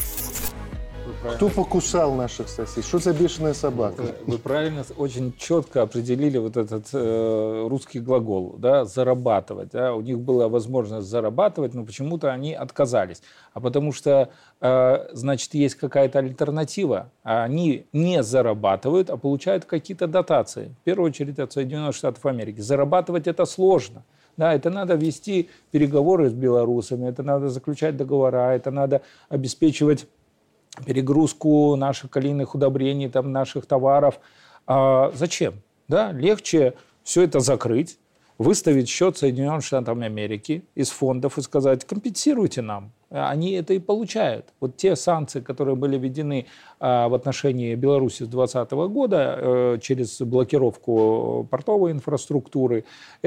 Кто покусал наших соседей? Что за бешеная собака?
Вы, вы правильно, очень четко определили вот этот э, русский глагол, да, зарабатывать. Да? У них была возможность зарабатывать, но почему-то они отказались. А потому что, э, значит, есть какая-то альтернатива. Они не зарабатывают, а получают какие-то дотации. В первую очередь от Соединенных Штатов Америки. Зарабатывать это сложно. Да, это надо вести переговоры с белорусами, это надо заключать договора, это надо обеспечивать перегрузку наших калийных удобрений, там, наших товаров. А зачем? Да? Легче все это закрыть, выставить счет Соединенным Штатам Америки из фондов и сказать, компенсируйте нам. они это и получают. Вот те санкции, которые были введены в отношении Беларуси с две тысячи двадцатого года через блокировку портовой инфраструктуры,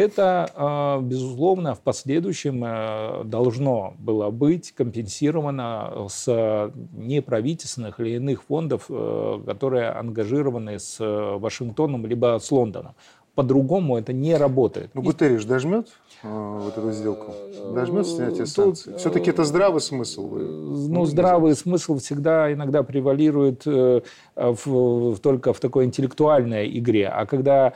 это, безусловно, в последующем должно было быть компенсировано с неправительственных или иных фондов, которые ангажированы с Вашингтоном либо с Лондоном. По-другому это не работает.
Ну, Гутерриш дожмет э, вот эту сделку? Дожмет снятие санкций? Все-таки это здравый смысл?
Ну, здравый смысл всегда иногда превалирует э, в, в, только в такой интеллектуальной игре. А когда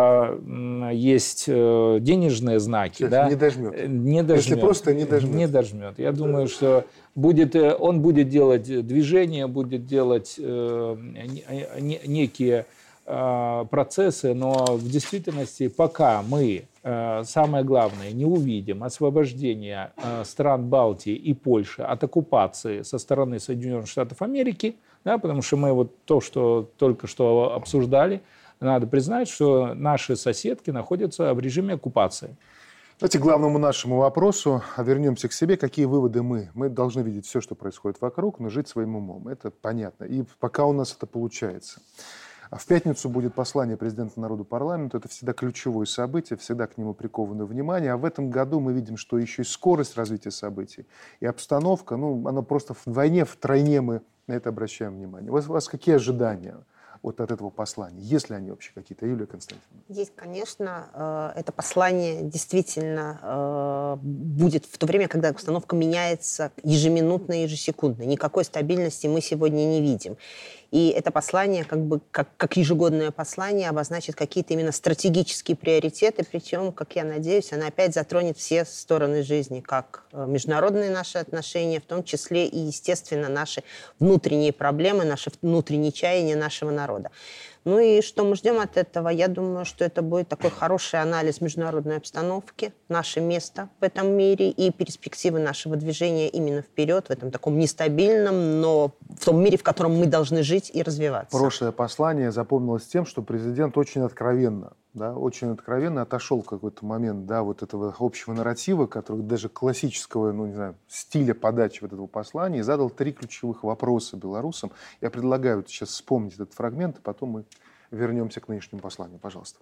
э, есть э, денежные знаки... Да,
не дожмет.
Не дожмет.
Если просто не дожмет.
Не дожмет. Я думаю, что будет, он будет делать движение, будет делать э, не, некие... процессы, но в действительности пока мы, самое главное, не увидим освобождения стран Балтии и Польши от оккупации со стороны Соединенных Штатов Америки, да, потому что мы вот то, что только что обсуждали, надо признать, что наши соседки находятся в режиме оккупации.
Давайте к главному нашему вопросу. Вернемся к себе. Какие выводы мы? Мы должны видеть все, что происходит вокруг, но жить своим умом. Это понятно. И пока у нас это получается. А в пятницу будет послание президента народу парламенту. Это всегда ключевое событие, всегда к нему приковано внимание. А в этом году мы видим, что еще и скорость развития событий, и обстановка, ну, она просто вдвойне, втройне мы на это обращаем внимание. У вас, у вас какие ожидания вот от этого послания? Есть ли они вообще какие-то, Юлия Константиновна?
Есть, конечно. Это послание действительно будет в то время, когда обстановка меняется ежеминутно, ежесекундно. Никакой стабильности мы сегодня не видим. И это послание, как бы, как, как ежегодное послание, обозначит какие-то именно стратегические приоритеты, причем, как я надеюсь, она опять затронет все стороны жизни, как международные наши отношения, в том числе и, естественно, наши внутренние проблемы, наши внутренние чаяния нашего народа. Ну и что мы ждем от этого? Я думаю, что это будет такой хороший анализ международной обстановки, наше место в этом мире и перспективы нашего движения именно вперед, в этом таком нестабильном, но в том мире, в котором мы должны жить и развиваться.
Прошлое послание запомнилось тем, что президент очень откровенно, да, очень откровенно отошел в какой-то момент, да, вот этого общего нарратива, который даже классического, ну, не знаю, стиля подачи вот этого послания, и задал три ключевых вопроса белорусам. Я предлагаю вот сейчас вспомнить этот фрагмент, и потом мы вернемся к нынешнему посланию. Пожалуйста.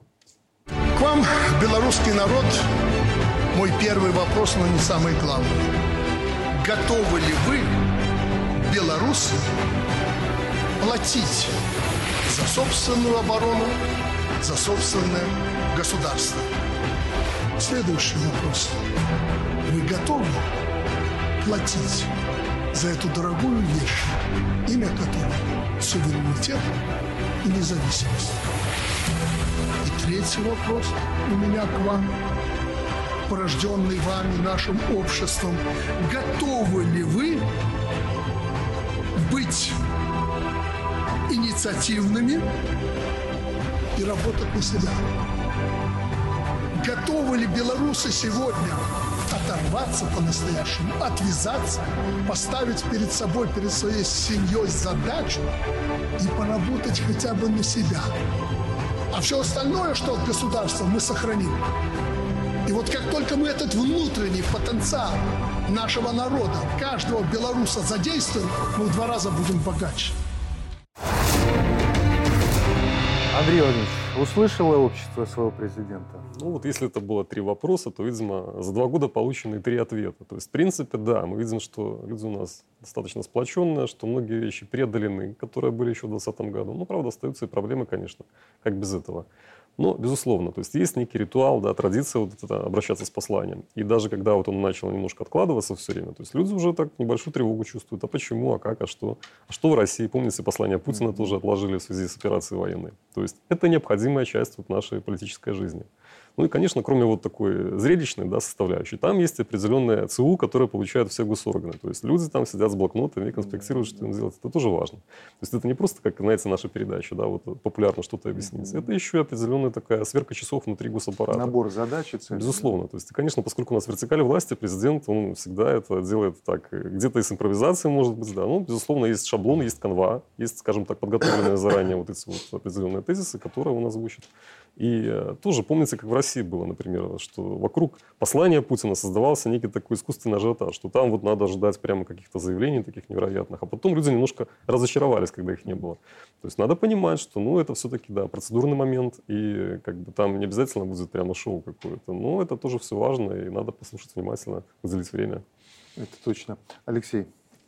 К вам, белорусский народ, мой первый вопрос, но не самый главный. Готовы ли вы, белорусы, платить за собственную оборону, за собственное государство? Следующий вопрос. Вы готовы платить за эту дорогую вещь, имя которой суверенитет и независимость? И третий вопрос у меня к вам, порожденный вами, нашим обществом. Готовы ли вы быть инициативными и работать на себя? Готовы ли белорусы сегодня оторваться по-настоящему, отвязаться, поставить перед собой, перед своей семьей задачу и поработать хотя бы на себя? А все остальное, что от государства, мы сохраним. И вот как только мы этот внутренний потенциал нашего народа, каждого белоруса задействуем, мы в два раза будем богаче.
Андрей Владимирович, услышало общество своего президента?
Ну вот если это было три вопроса, то, видимо, за два года получены три ответа. То есть, в принципе, да, мы видим, что люди у нас достаточно сплоченные, что многие вещи преодолены, которые были еще в двадцатом году. Ну, правда, остаются и проблемы, конечно, как без этого. Но, безусловно, то есть есть некий ритуал, да, традиция вот это, обращаться с посланием. И даже когда вот он начал немножко откладываться все время, то есть люди уже так небольшую тревогу чувствуют. А почему, а как, а что? А что в России? Помните, послание Путина mm-hmm. тоже отложили в связи с операцией военной. То есть это необходимая часть вот нашей политической жизни. Ну и, конечно, кроме вот такой зрелищной, да, составляющей, там есть определенная ЦУ, которая получают все госорганы. То есть люди там сидят с блокнотами и конспектируют, что им делать. Это тоже важно. То есть это не просто, как, знаете, наша передача, да, вот популярно что-то объяснить. Это еще и определенная такая сверка часов внутри госаппарата.
Набор задач и целей.
Безусловно. То есть, конечно, поскольку у нас вертикаль власти, президент, он всегда это делает так. Где-то из импровизации, может быть, да. Ну, безусловно, есть шаблон, есть канва, есть, скажем так, подготовленные заранее вот эти вот определенные тезисы, которые он озвучит. И э, тоже помните, как в России было, например, что вокруг послания Путина создавался некий такой искусственный ажиотаж, что там вот надо ожидать прямо каких-то заявлений таких невероятных. А потом люди немножко разочаровались, когда их не было. То есть надо понимать, что ну, это все-таки да, процедурный момент, и как бы там не обязательно будет прямо шоу какое-то. Но это тоже все важно, и надо послушать внимательно, уделить время.
Это точно. Алексей.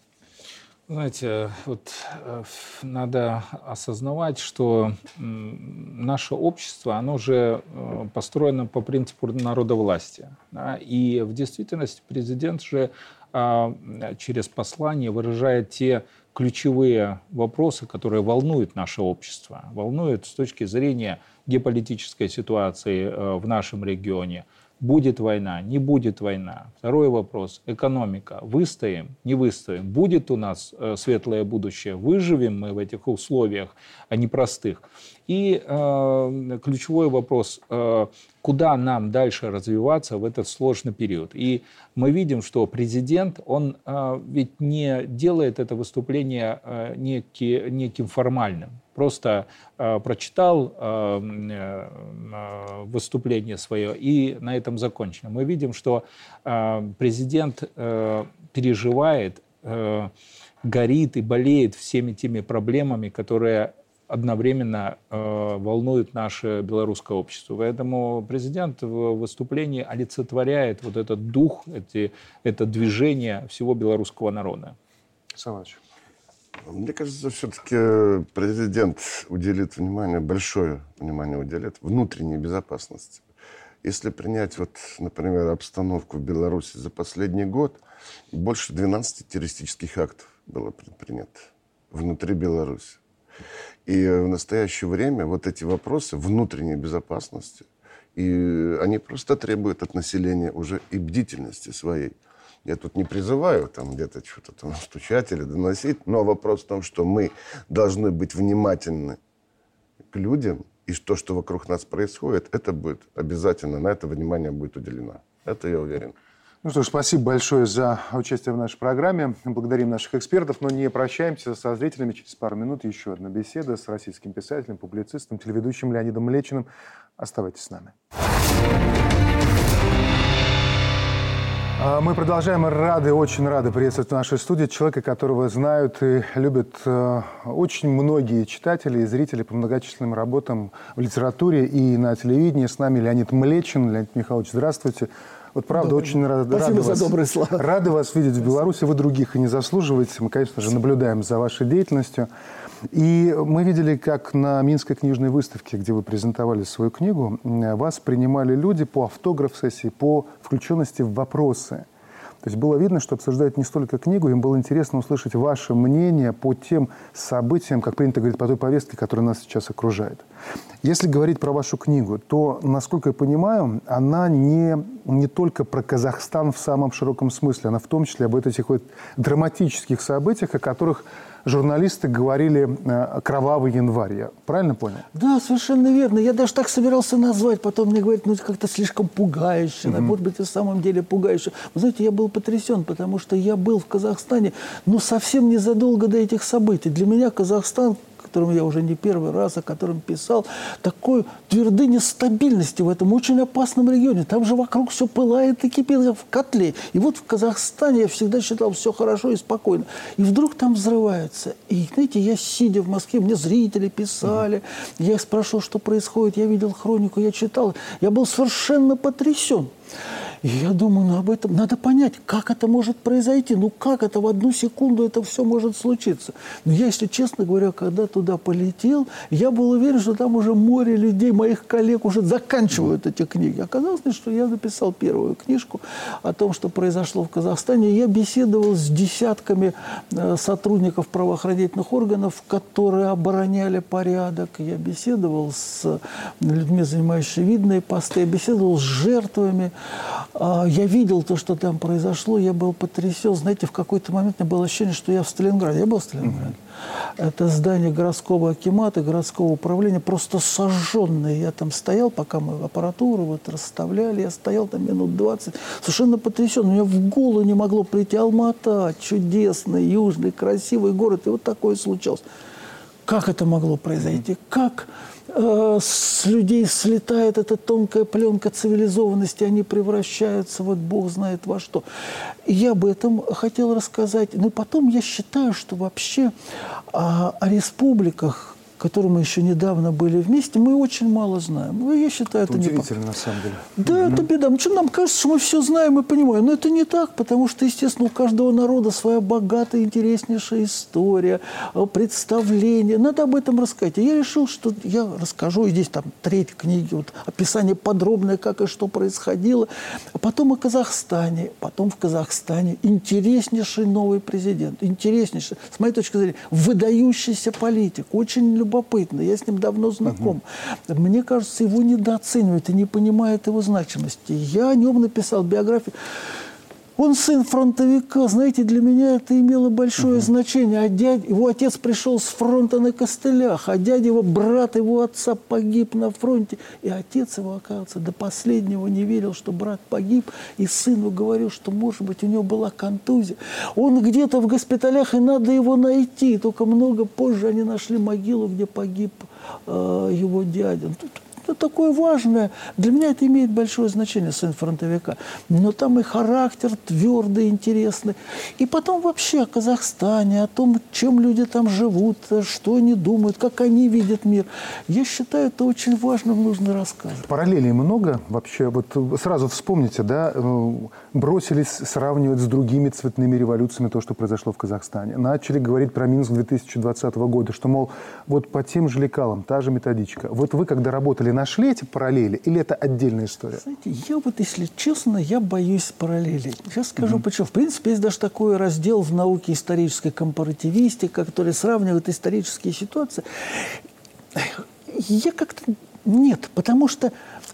Знаете, вот э, надо осознавать, что э, наше общество, оно же э, построено по принципу народовластия. Да? И в действительности президент же э, через послание выражает те ключевые вопросы, которые волнуют наше общество, волнуют с точки зрения геополитической ситуации э, в нашем регионе. Будет война, не будет война. Второй вопрос. Экономика. Выстоим, не выстоим. Будет у нас э, светлое будущее. Выживем мы в этих условиях, а непростых. И э, ключевой вопрос. Э, куда нам дальше развиваться в этот сложный период? И мы видим, что президент, он э, ведь не делает это выступление э, неки, неким формальным. Просто э, прочитал э, э, выступление свое и на этом закончено. Мы видим, что э, президент э, переживает, э, горит и болеет всеми теми проблемами, которые одновременно э, волнуют наше белорусское общество. Поэтому президент в выступлении олицетворяет вот этот дух, эти, это движение всего белорусского народа.
Салач.
Мне кажется, все-таки президент уделит внимание, большое внимание уделит внутренней безопасности. Если принять, вот, например, обстановку в Беларуси за последний год, больше двенадцати террористических актов было предпринято внутри Беларуси. И в настоящее время вот эти вопросы внутренней безопасности, и они просто требуют от населения уже и бдительности своей. Я тут не призываю там где-то что-то там стучать или доносить, но вопрос в том, что мы должны быть внимательны к людям, и то, что вокруг нас происходит, это будет обязательно, на это внимание будет уделено. Это я уверен.
Ну что ж, спасибо большое за участие в нашей программе. Благодарим наших экспертов, но не прощаемся со зрителями. Через пару минут еще одна беседа с российским писателем, публицистом, телеведущим Леонидом Млечиным. Оставайтесь с нами. Мы продолжаем. Рады, очень рады приветствовать в нашей студии человека, которого знают и любят очень многие читатели и зрители по многочисленным работам в литературе и на телевидении. С нами Леонид Млечин. Леонид Михайлович, здравствуйте. Вот правда, Добрый. очень рад,
Спасибо
рады,
за
вас,
добрые слова.
рады вас видеть в Беларуси. Вы других и не заслуживаете. Мы, конечно же, наблюдаем за вашей деятельностью. И мы видели, как на Минской книжной выставке, где вы презентовали свою книгу, вас принимали люди по автограф-сессии, по включенности в вопросы. То есть было видно, что обсуждают не столько книгу, им было интересно услышать ваше мнение по тем событиям, как принято говорить, по той повестке, которая нас сейчас окружает. Если говорить про вашу книгу, то, насколько я понимаю, она не, не только про Казахстан в самом широком смысле, она в том числе об этих вот драматических событиях, о которых журналисты говорили э, «Кровавый январь». Я правильно понял?
Да, совершенно верно. Я даже так собирался назвать. Потом мне говорят, ну, это как-то слишком пугающе. Mm-hmm. Может быть, и в самом деле пугающе. Вы знаете, я был потрясен, потому что я был в Казахстане, ну, совсем незадолго до этих событий. Для меня Казахстан, о котором я уже не первый раз, о котором писал, такой твердыня стабильности в этом очень опасном регионе. Там же вокруг все пылает и кипит в котле. И вот в Казахстане я всегда считал все хорошо и спокойно. И вдруг там взрывается. И, знаете, я, сидя в Москве, мне зрители писали, uh-huh. я их спрашивал, что происходит, я видел хронику, я читал. Я был совершенно потрясен. И я думаю, ну об этом надо понять, как это может произойти. Ну как это в одну секунду это все может случиться? Но я, если честно говоря, когда туда полетел, я был уверен, что там уже море людей, моих коллег уже заканчивают эти книги. Оказалось, что я написал первую книжку о том, что произошло в Казахстане. Я беседовал с десятками сотрудников правоохранительных органов, которые обороняли порядок. Я беседовал с людьми, занимающими видные посты. Я беседовал с жертвами. Я видел то, что там произошло, я был потрясен. Знаете, в какой-то момент у меня было ощущение, что я в Сталинграде. Я был в Сталинграде. Mm-hmm. Это здание городского акимата, городского управления, просто сожженное. Я там стоял, пока мы аппаратуру вот расставляли. Я стоял там минут двадцать, совершенно потрясен. У меня в голову не могло прийти Алмата, чудесный, южный, красивый город. И вот такое случилось. Как это могло произойти? Как э, с людей слетает эта тонкая пленка цивилизованности, они превращаются, вот Бог знает во что. И я об этом хотел рассказать. Но потом я считаю, что вообще о, о республиках, в которой мы еще недавно были вместе, мы очень мало знаем. Ну, я считаю, это, это
удивительно,
не...
на самом деле.
Да,
mm-hmm.
это беда. Почему нам кажется, что мы все знаем и понимаем? Но это не так, потому что, естественно, у каждого народа своя богатая, интереснейшая история, представление. Надо об этом рассказать. И я решил, что я расскажу. И здесь там треть книги, вот, описание подробное, как и что происходило. А потом о Казахстане. Потом в Казахстане интереснейший новый президент. Интереснейший, с моей точки зрения, выдающийся политик. Очень любопытный. Любопытно. Я с ним давно знаком. Угу. Мне кажется, его недооценивают и не понимают его значимости. Я о нем написал биографию. Он сын фронтовика. Знаете, для меня это имело большое угу. значение. А дядя, его отец пришел с фронта на костылях, а дядя его, брат его отца погиб на фронте. И отец его, оказывается, до последнего не верил, что брат погиб. И сыну говорил, что, может быть, у него была контузия. Он где-то в госпиталях, и надо его найти. Только много позже они нашли могилу, где погиб э, его дядя. Это такое важное. Для меня это имеет большое значение, сын фронтовика. Но там и характер твердый, интересный. И потом вообще о Казахстане, о том, чем люди там живут, что они думают, как они видят мир. Я считаю, это очень важным, нужно рассказывать.
Параллелей много вообще. Вот сразу вспомните, да, бросились сравнивать с другими цветными революциями то, что произошло в Казахстане. Начали говорить про Минск две тысячи двадцатого года, что, мол, вот по тем же лекалам, та же методичка. Вот вы, когда работали, нашли эти параллели или это отдельная история?
Знаете, я вот, если честно, я боюсь параллелей. Сейчас скажу,
Mm-hmm.
почему. В принципе, есть даже такой раздел в науке исторической компаративистика, который сравнивает исторические ситуации. Я как-то... Нет, потому что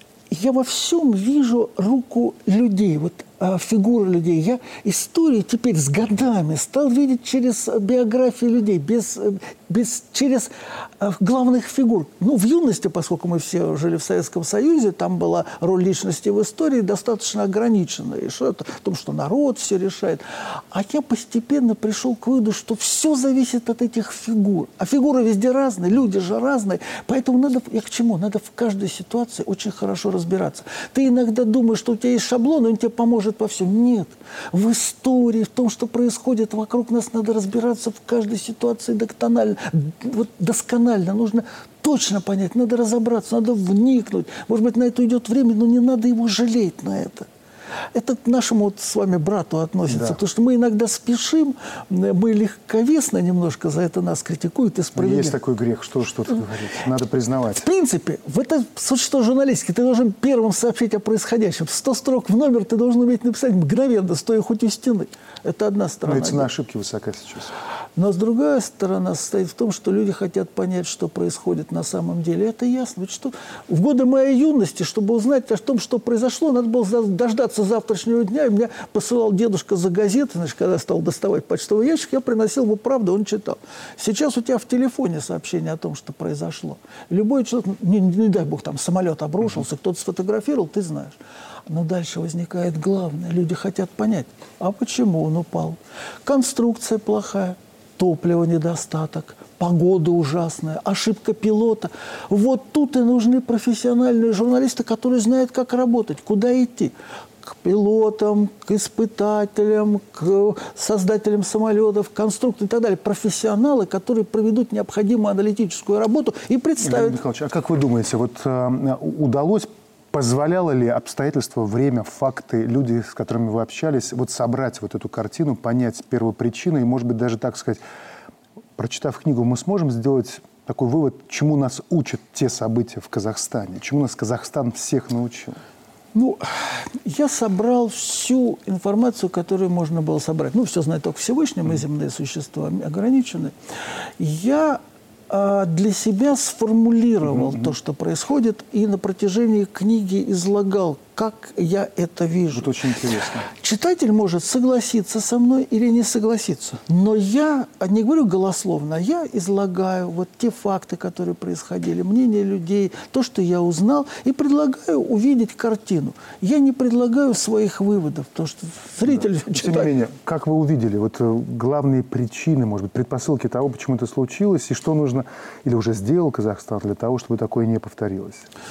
я во всем вижу руку людей, вот а, фигуры людей. Я историю теперь с годами стал видеть через биографии людей, без, без, через а, главных фигур. Ну, в юности, поскольку мы все жили в Советском Союзе, там была роль личности в истории достаточно ограниченная. И что-то о том, что народ все решает. А я постепенно пришел к выводу, что все зависит от этих фигур. А фигуры везде разные, люди же разные. Поэтому надо, я к чему? Надо в каждой ситуации очень хорошо разбираться. Ты иногда думаешь, что у тебя есть шаблон, и он тебе поможет во всем. Нет. В истории, в том, что происходит вокруг нас, надо разбираться в каждой ситуации досконально. Вот досконально. Нужно точно понять, надо разобраться, надо вникнуть. Может быть, на это идет время, но не надо его жалеть на это. Это к нашему вот с вами брату относится. Да. Потому что мы иногда спешим, мы легковесно немножко, за это нас критикуют и справедливо.
Есть такой грех, что что-то говорить. Надо признавать.
В принципе, в это существо журналистики ты должен первым сообщить о происходящем. сто строк в номер ты должен уметь написать мгновенно, стоя хоть у стены. Это одна сторона.
Но цена ошибки высока сейчас.
Но с другой стороны состоит в том, что люди хотят понять, что происходит на самом деле. Это ясно. Ведь что в годы моей юности, чтобы узнать о том, что произошло, надо было дождаться завтрашнего дня. И меня посылал дедушка за газеты. Значит, когда я стал доставать почтовый ящик, я приносил ему правду, он читал. Сейчас у тебя в телефоне сообщение о том, что произошло. Любой человек, не, не дай бог, там самолет обрушился, кто-то сфотографировал, ты знаешь. Но дальше возникает главное. Люди хотят понять, а почему он упал. Конструкция плохая, топлива недостаток, погода ужасная, ошибка пилота. Вот тут и нужны профессиональные журналисты, которые знают, как работать, куда идти. К пилотам, к испытателям, к создателям самолетов, конструкторам и так далее. Профессионалы, которые проведут необходимую аналитическую работу и представят...
Леонид Михайлович, а как вы думаете, вот э, удалось... Позволяло ли обстоятельства, время, факты, люди, с которыми вы общались, вот собрать вот эту картину, понять первопричину и, может быть, даже, так сказать, прочитав книгу, мы сможем сделать такой вывод, чему нас учат те события в Казахстане, чему нас Казахстан всех научил?
Ну, я собрал всю информацию, которую можно было собрать. Ну, все знает только Всевышний, мы земные существа ограничены. Я... для себя сформулировал mm-hmm. то, что происходит, и на протяжении книги излагал, как я это вижу.
Это очень интересно.
Читатель может согласиться со мной или не согласиться. Но я не говорю голословно, я излагаю вот те факты, которые происходили, мнение людей, то, что я узнал, и предлагаю увидеть картину. Я не предлагаю своих выводов, потому что зритель...
Да.
Читает...
Тем не менее, как вы увидели, вот главные причины, может быть, предпосылки того, почему это случилось, и что нужно, или уже сделал Казахстан для того, чтобы такое не повторилось?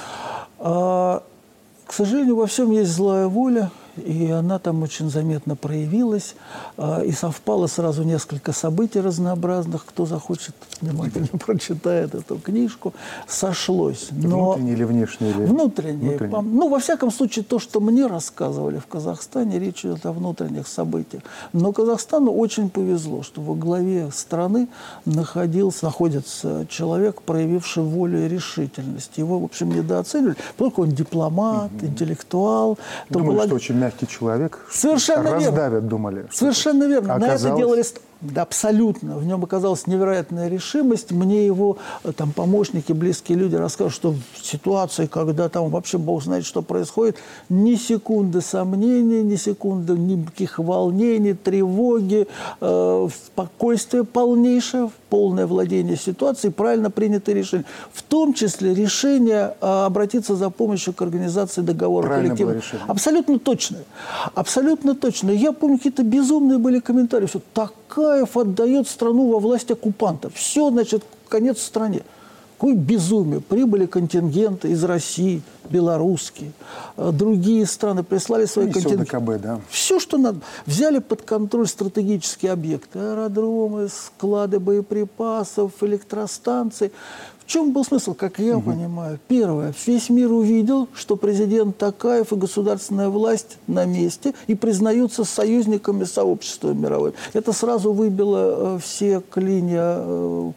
А, к сожалению, во всем есть злая воля, и она там очень заметно проявилась, а, и совпало сразу несколько событий разнообразных. Кто захочет, внимательно прочитает эту книжку, сошлось. Но...
Внутренние или внешние? Или...
Внутренние.
Внутренние.
Ну, во всяком случае, то, что мне рассказывали в Казахстане, речь идет о внутренних событиях. Но Казахстану очень повезло, что во главе страны находился, находится человек, проявивший волю и решительность. Его, в общем, недооценивали, поскольку он дипломат, угу. интеллектуал.
Думали,
была...
что очень мягкий человек.
Совершенно
раздавят,
верно.
думали.
Совершенно верно.
Оказалось...
На это делали... Да, абсолютно. В нем оказалась невероятная решимость. Мне его там, помощники, близкие люди рассказывают, что в ситуации, когда там вообще Бог знает, что происходит, ни секунды сомнений, ни секунды никаких волнений, тревоги, э, спокойствие полнейшее, полное владение ситуацией, правильно принятые решения. В том числе решение э, обратиться за помощью к организации договора коллективного. Абсолютно точно. Абсолютно точно. Я помню, какие-то безумные были комментарии, что Такаев отдает страну во власть оккупантов. Все, значит, конец в стране. Какое безумие. Прибыли контингенты из России, белорусские, другие страны прислали свои контингенты.
ДКБ, да.
Все, что надо. Взяли под контроль стратегические объекты. Аэродромы, склады боеприпасов, электростанции. В чем был смысл, как я угу. понимаю? Первое. Весь мир увидел, что президент Такаев и государственная власть на месте и признаются союзниками сообщества мирового. Это сразу выбило все клинья.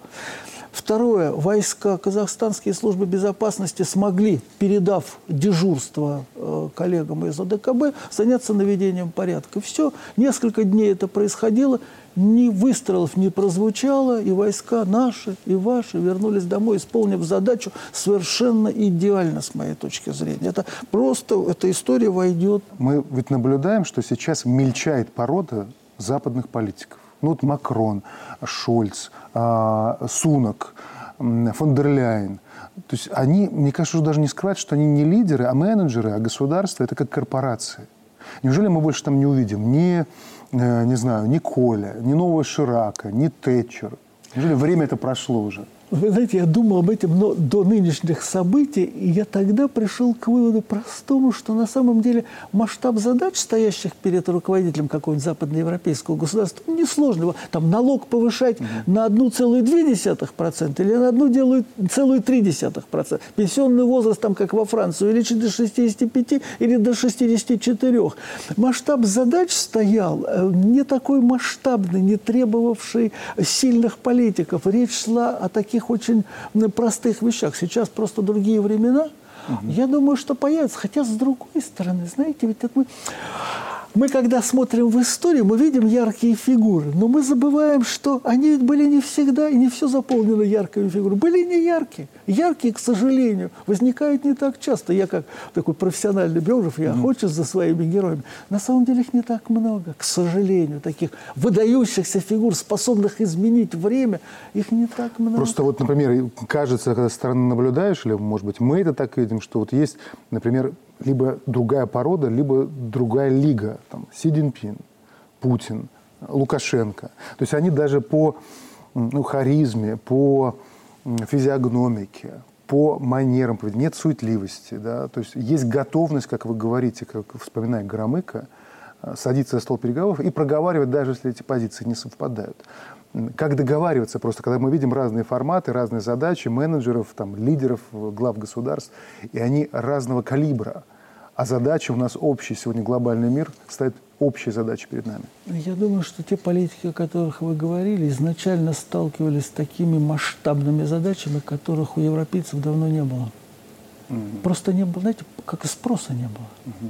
Второе. Войска, казахстанские службы безопасности смогли, передав дежурство э, коллегам из ОДКБ, заняться наведением порядка. Все. Несколько дней это происходило. Ни выстрелов не прозвучало, и войска наши и ваши вернулись домой, исполнив задачу совершенно идеально, с моей точки зрения. Это просто, эта история войдет.
Мы ведь наблюдаем, что сейчас мельчает порода западных политиков. Ну вот Макрон, Шольц, Сунак, фон дер Ляйен. То есть они, мне кажется, уже даже не скрывают, что они не лидеры, а менеджеры, а государство – это как корпорации. Неужели мы больше там не увидим ни, не знаю, ни Коля, ни нового Ширака, ни Тэтчер? Неужели время это прошло уже?
Вы знаете, я думал об этом, но до нынешних событий, и я тогда пришел к выводу простому, что на самом деле масштаб задач, стоящих перед руководителем какого-нибудь западноевропейского государства, несложно. Там налог повышать mm-hmm. на одну целую две десятых процента или на одну целую три десятых процента. Пенсионный возраст, там, как во Франции, увеличить до шестидесяти пяти или до шестидесяти четырёх. Масштаб задач стоял не такой масштабный, не требовавший сильных политиков. Речь шла о таких очень простых вещах. Сейчас просто другие времена. Угу. Я думаю, что появится. Хотя, с другой стороны, знаете, ведь это мы... Мы, когда смотрим в историю, мы видим яркие фигуры, но мы забываем, что они ведь были не всегда, и не все заполнено яркими фигурами. Были не яркие. Яркие, к сожалению, возникают не так часто. Я, как такой профессиональный биограф, я mm-hmm. охочусь за своими героями. На самом деле их не так много, к сожалению. Таких выдающихся фигур, способных изменить время, их не так много.
Просто вот, например, кажется, когда со стороны наблюдаешь, или, может быть, мы это так видим, что вот есть, например, либо другая порода, либо другая лига. Там, Си Цзиньпин, Путин, Лукашенко. То есть они даже по ну, харизме, по физиогномике, по манерам поведения, нет суетливости. Да? То есть есть готовность, как вы говорите, как вспоминая Громыка, садиться за стол переговоров и проговаривать, даже если эти позиции не совпадают. Как договариваться просто, когда мы видим разные форматы, разные задачи менеджеров, там, лидеров, глав государств, и они разного калибра. А задача у нас общая. Сегодня глобальный мир ставит общие задачи перед нами.
Я думаю, что те политики, о которых вы говорили, изначально сталкивались с такими масштабными задачами, которых у европейцев давно не было. Mm-hmm. Просто не было, знаете, как и спроса не было. Mm-hmm.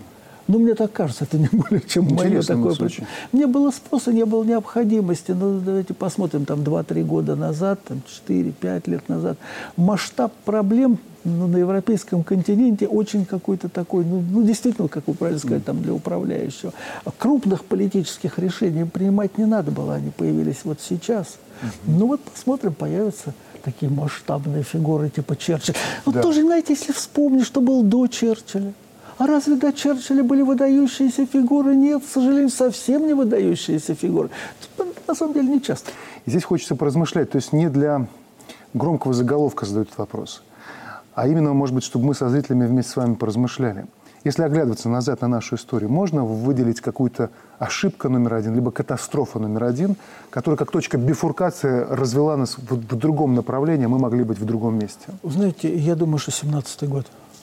Ну, мне так кажется, это не более чем мое такое. Не было спроса, не было необходимости. Ну, давайте посмотрим, там, два-три года назад, там, четыре-пять лет назад. Масштаб проблем ну, на европейском континенте очень какой-то такой, ну, ну, действительно, как вы правильно сказали, там, для управляющего. Крупных политических решений принимать не надо было, они появились вот сейчас. Uh-huh. Ну, вот посмотрим, появятся такие масштабные фигуры типа Черчилля. Вот да. тоже, знаете, если вспомнить, что был до Черчилля. А разве до Черчилля были выдающиеся фигуры? Нет, к сожалению, совсем не выдающиеся фигуры. На самом деле, не часто.
И здесь хочется поразмышлять. То есть не для громкого заголовка задают этот вопрос, а именно, может быть, чтобы мы со зрителями вместе с вами поразмышляли. Если оглядываться назад на нашу историю, можно выделить какую-то ошибку номер один, либо катастрофу номер один, которая как точка бифуркации развела нас в, в другом направлении, а мы могли быть в другом месте?
Знаете, я думаю, что семнадцатый год.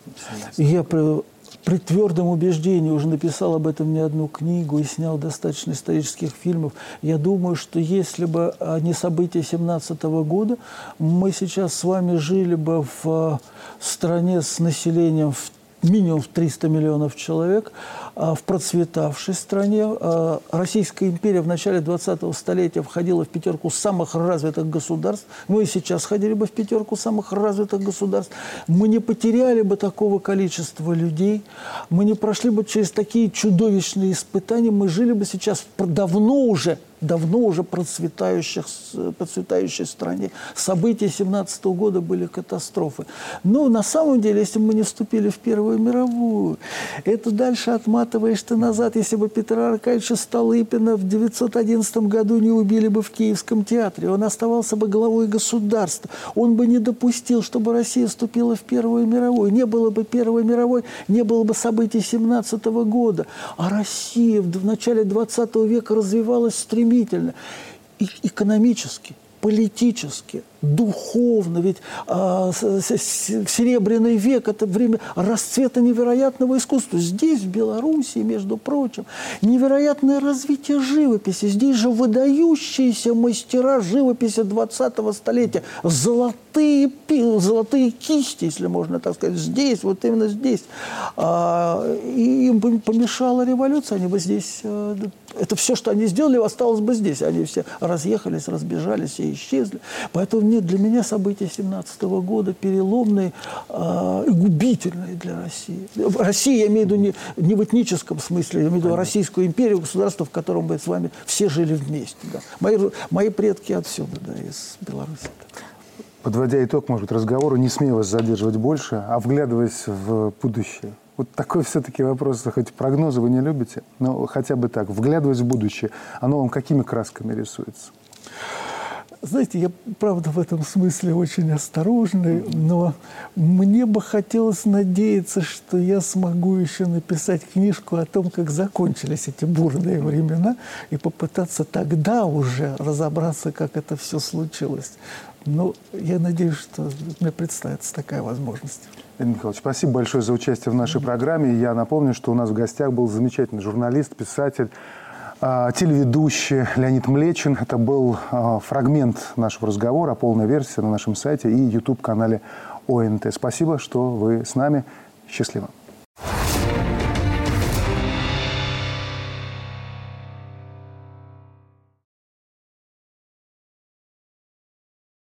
Я при, при твердом убеждении уже написал об этом не одну книгу и снял достаточно исторических фильмов. Я думаю, что если бы не события семнадцатого года, мы сейчас с вами жили бы в стране с населением в минимум в триста миллионов человек, в процветавшей стране. Российская империя в начале двадцатого столетия входила в пятерку самых развитых государств. Мы и сейчас ходили бы в пятерку самых развитых государств. Мы не потеряли бы такого количества людей. Мы не прошли бы через такие чудовищные испытания. Мы жили бы сейчас давно уже, давно уже процветающих, процветающей стране. События семнадцатого года были катастрофы. Но на самом деле, если бы мы не вступили в Первую мировую, это дальше отматываешь ты назад. Если бы Петра Аркадьевича Столыпина в девятьсот одиннадцатом году не убили бы в Киевском театре, он оставался бы главой государства. Он бы не допустил, чтобы Россия вступила в Первую мировую. Не было бы Первой мировой, не было бы событий семнадцатого года. А Россия в начале двадцатого века развивалась стремительно. И экономически, политически, духовно. Ведь а, Серебряный век – это время расцвета невероятного искусства. Здесь, в Белоруссии, между прочим, невероятное развитие живописи. Здесь же выдающиеся мастера живописи двадцатого столетия. Золотые, золотые кисти, если можно так сказать. Здесь, вот именно здесь. А, и им помешала революция. Они бы здесь... Это все, что они сделали, осталось бы здесь. Они все разъехались, разбежались и исчезли. Поэтому нет, для меня события семнадцатого года переломные э, и губительные для России. Россия, я имею в виду не, не в этническом смысле, я имею в виду Российскую империю, государство, в котором мы с вами все жили вместе. Да. Мои, мои предки отсюда, да, из Беларуси.
Подводя итог, может быть, разговору, не смею вас задерживать больше, а вглядываясь в будущее. Вот такой все-таки вопрос, хоть прогнозы вы не любите, но хотя бы так, вглядываясь в будущее, оно вам какими красками рисуется?
Знаете, я, правда, в этом смысле очень осторожный, но мне бы хотелось надеяться, что я смогу еще написать книжку о том, как закончились эти бурные времена, и попытаться тогда уже разобраться, как это все случилось. Но я надеюсь, что мне представится такая возможность.
Леонид Михайлович, спасибо большое за участие в нашей программе. Я напомню, что у нас в гостях был замечательный журналист, писатель, телеведущий Леонид Млечин. Это был фрагмент нашего разговора, полная версия на нашем сайте и ютуб-канале ОНТ. Спасибо, что вы с нами. Счастливо.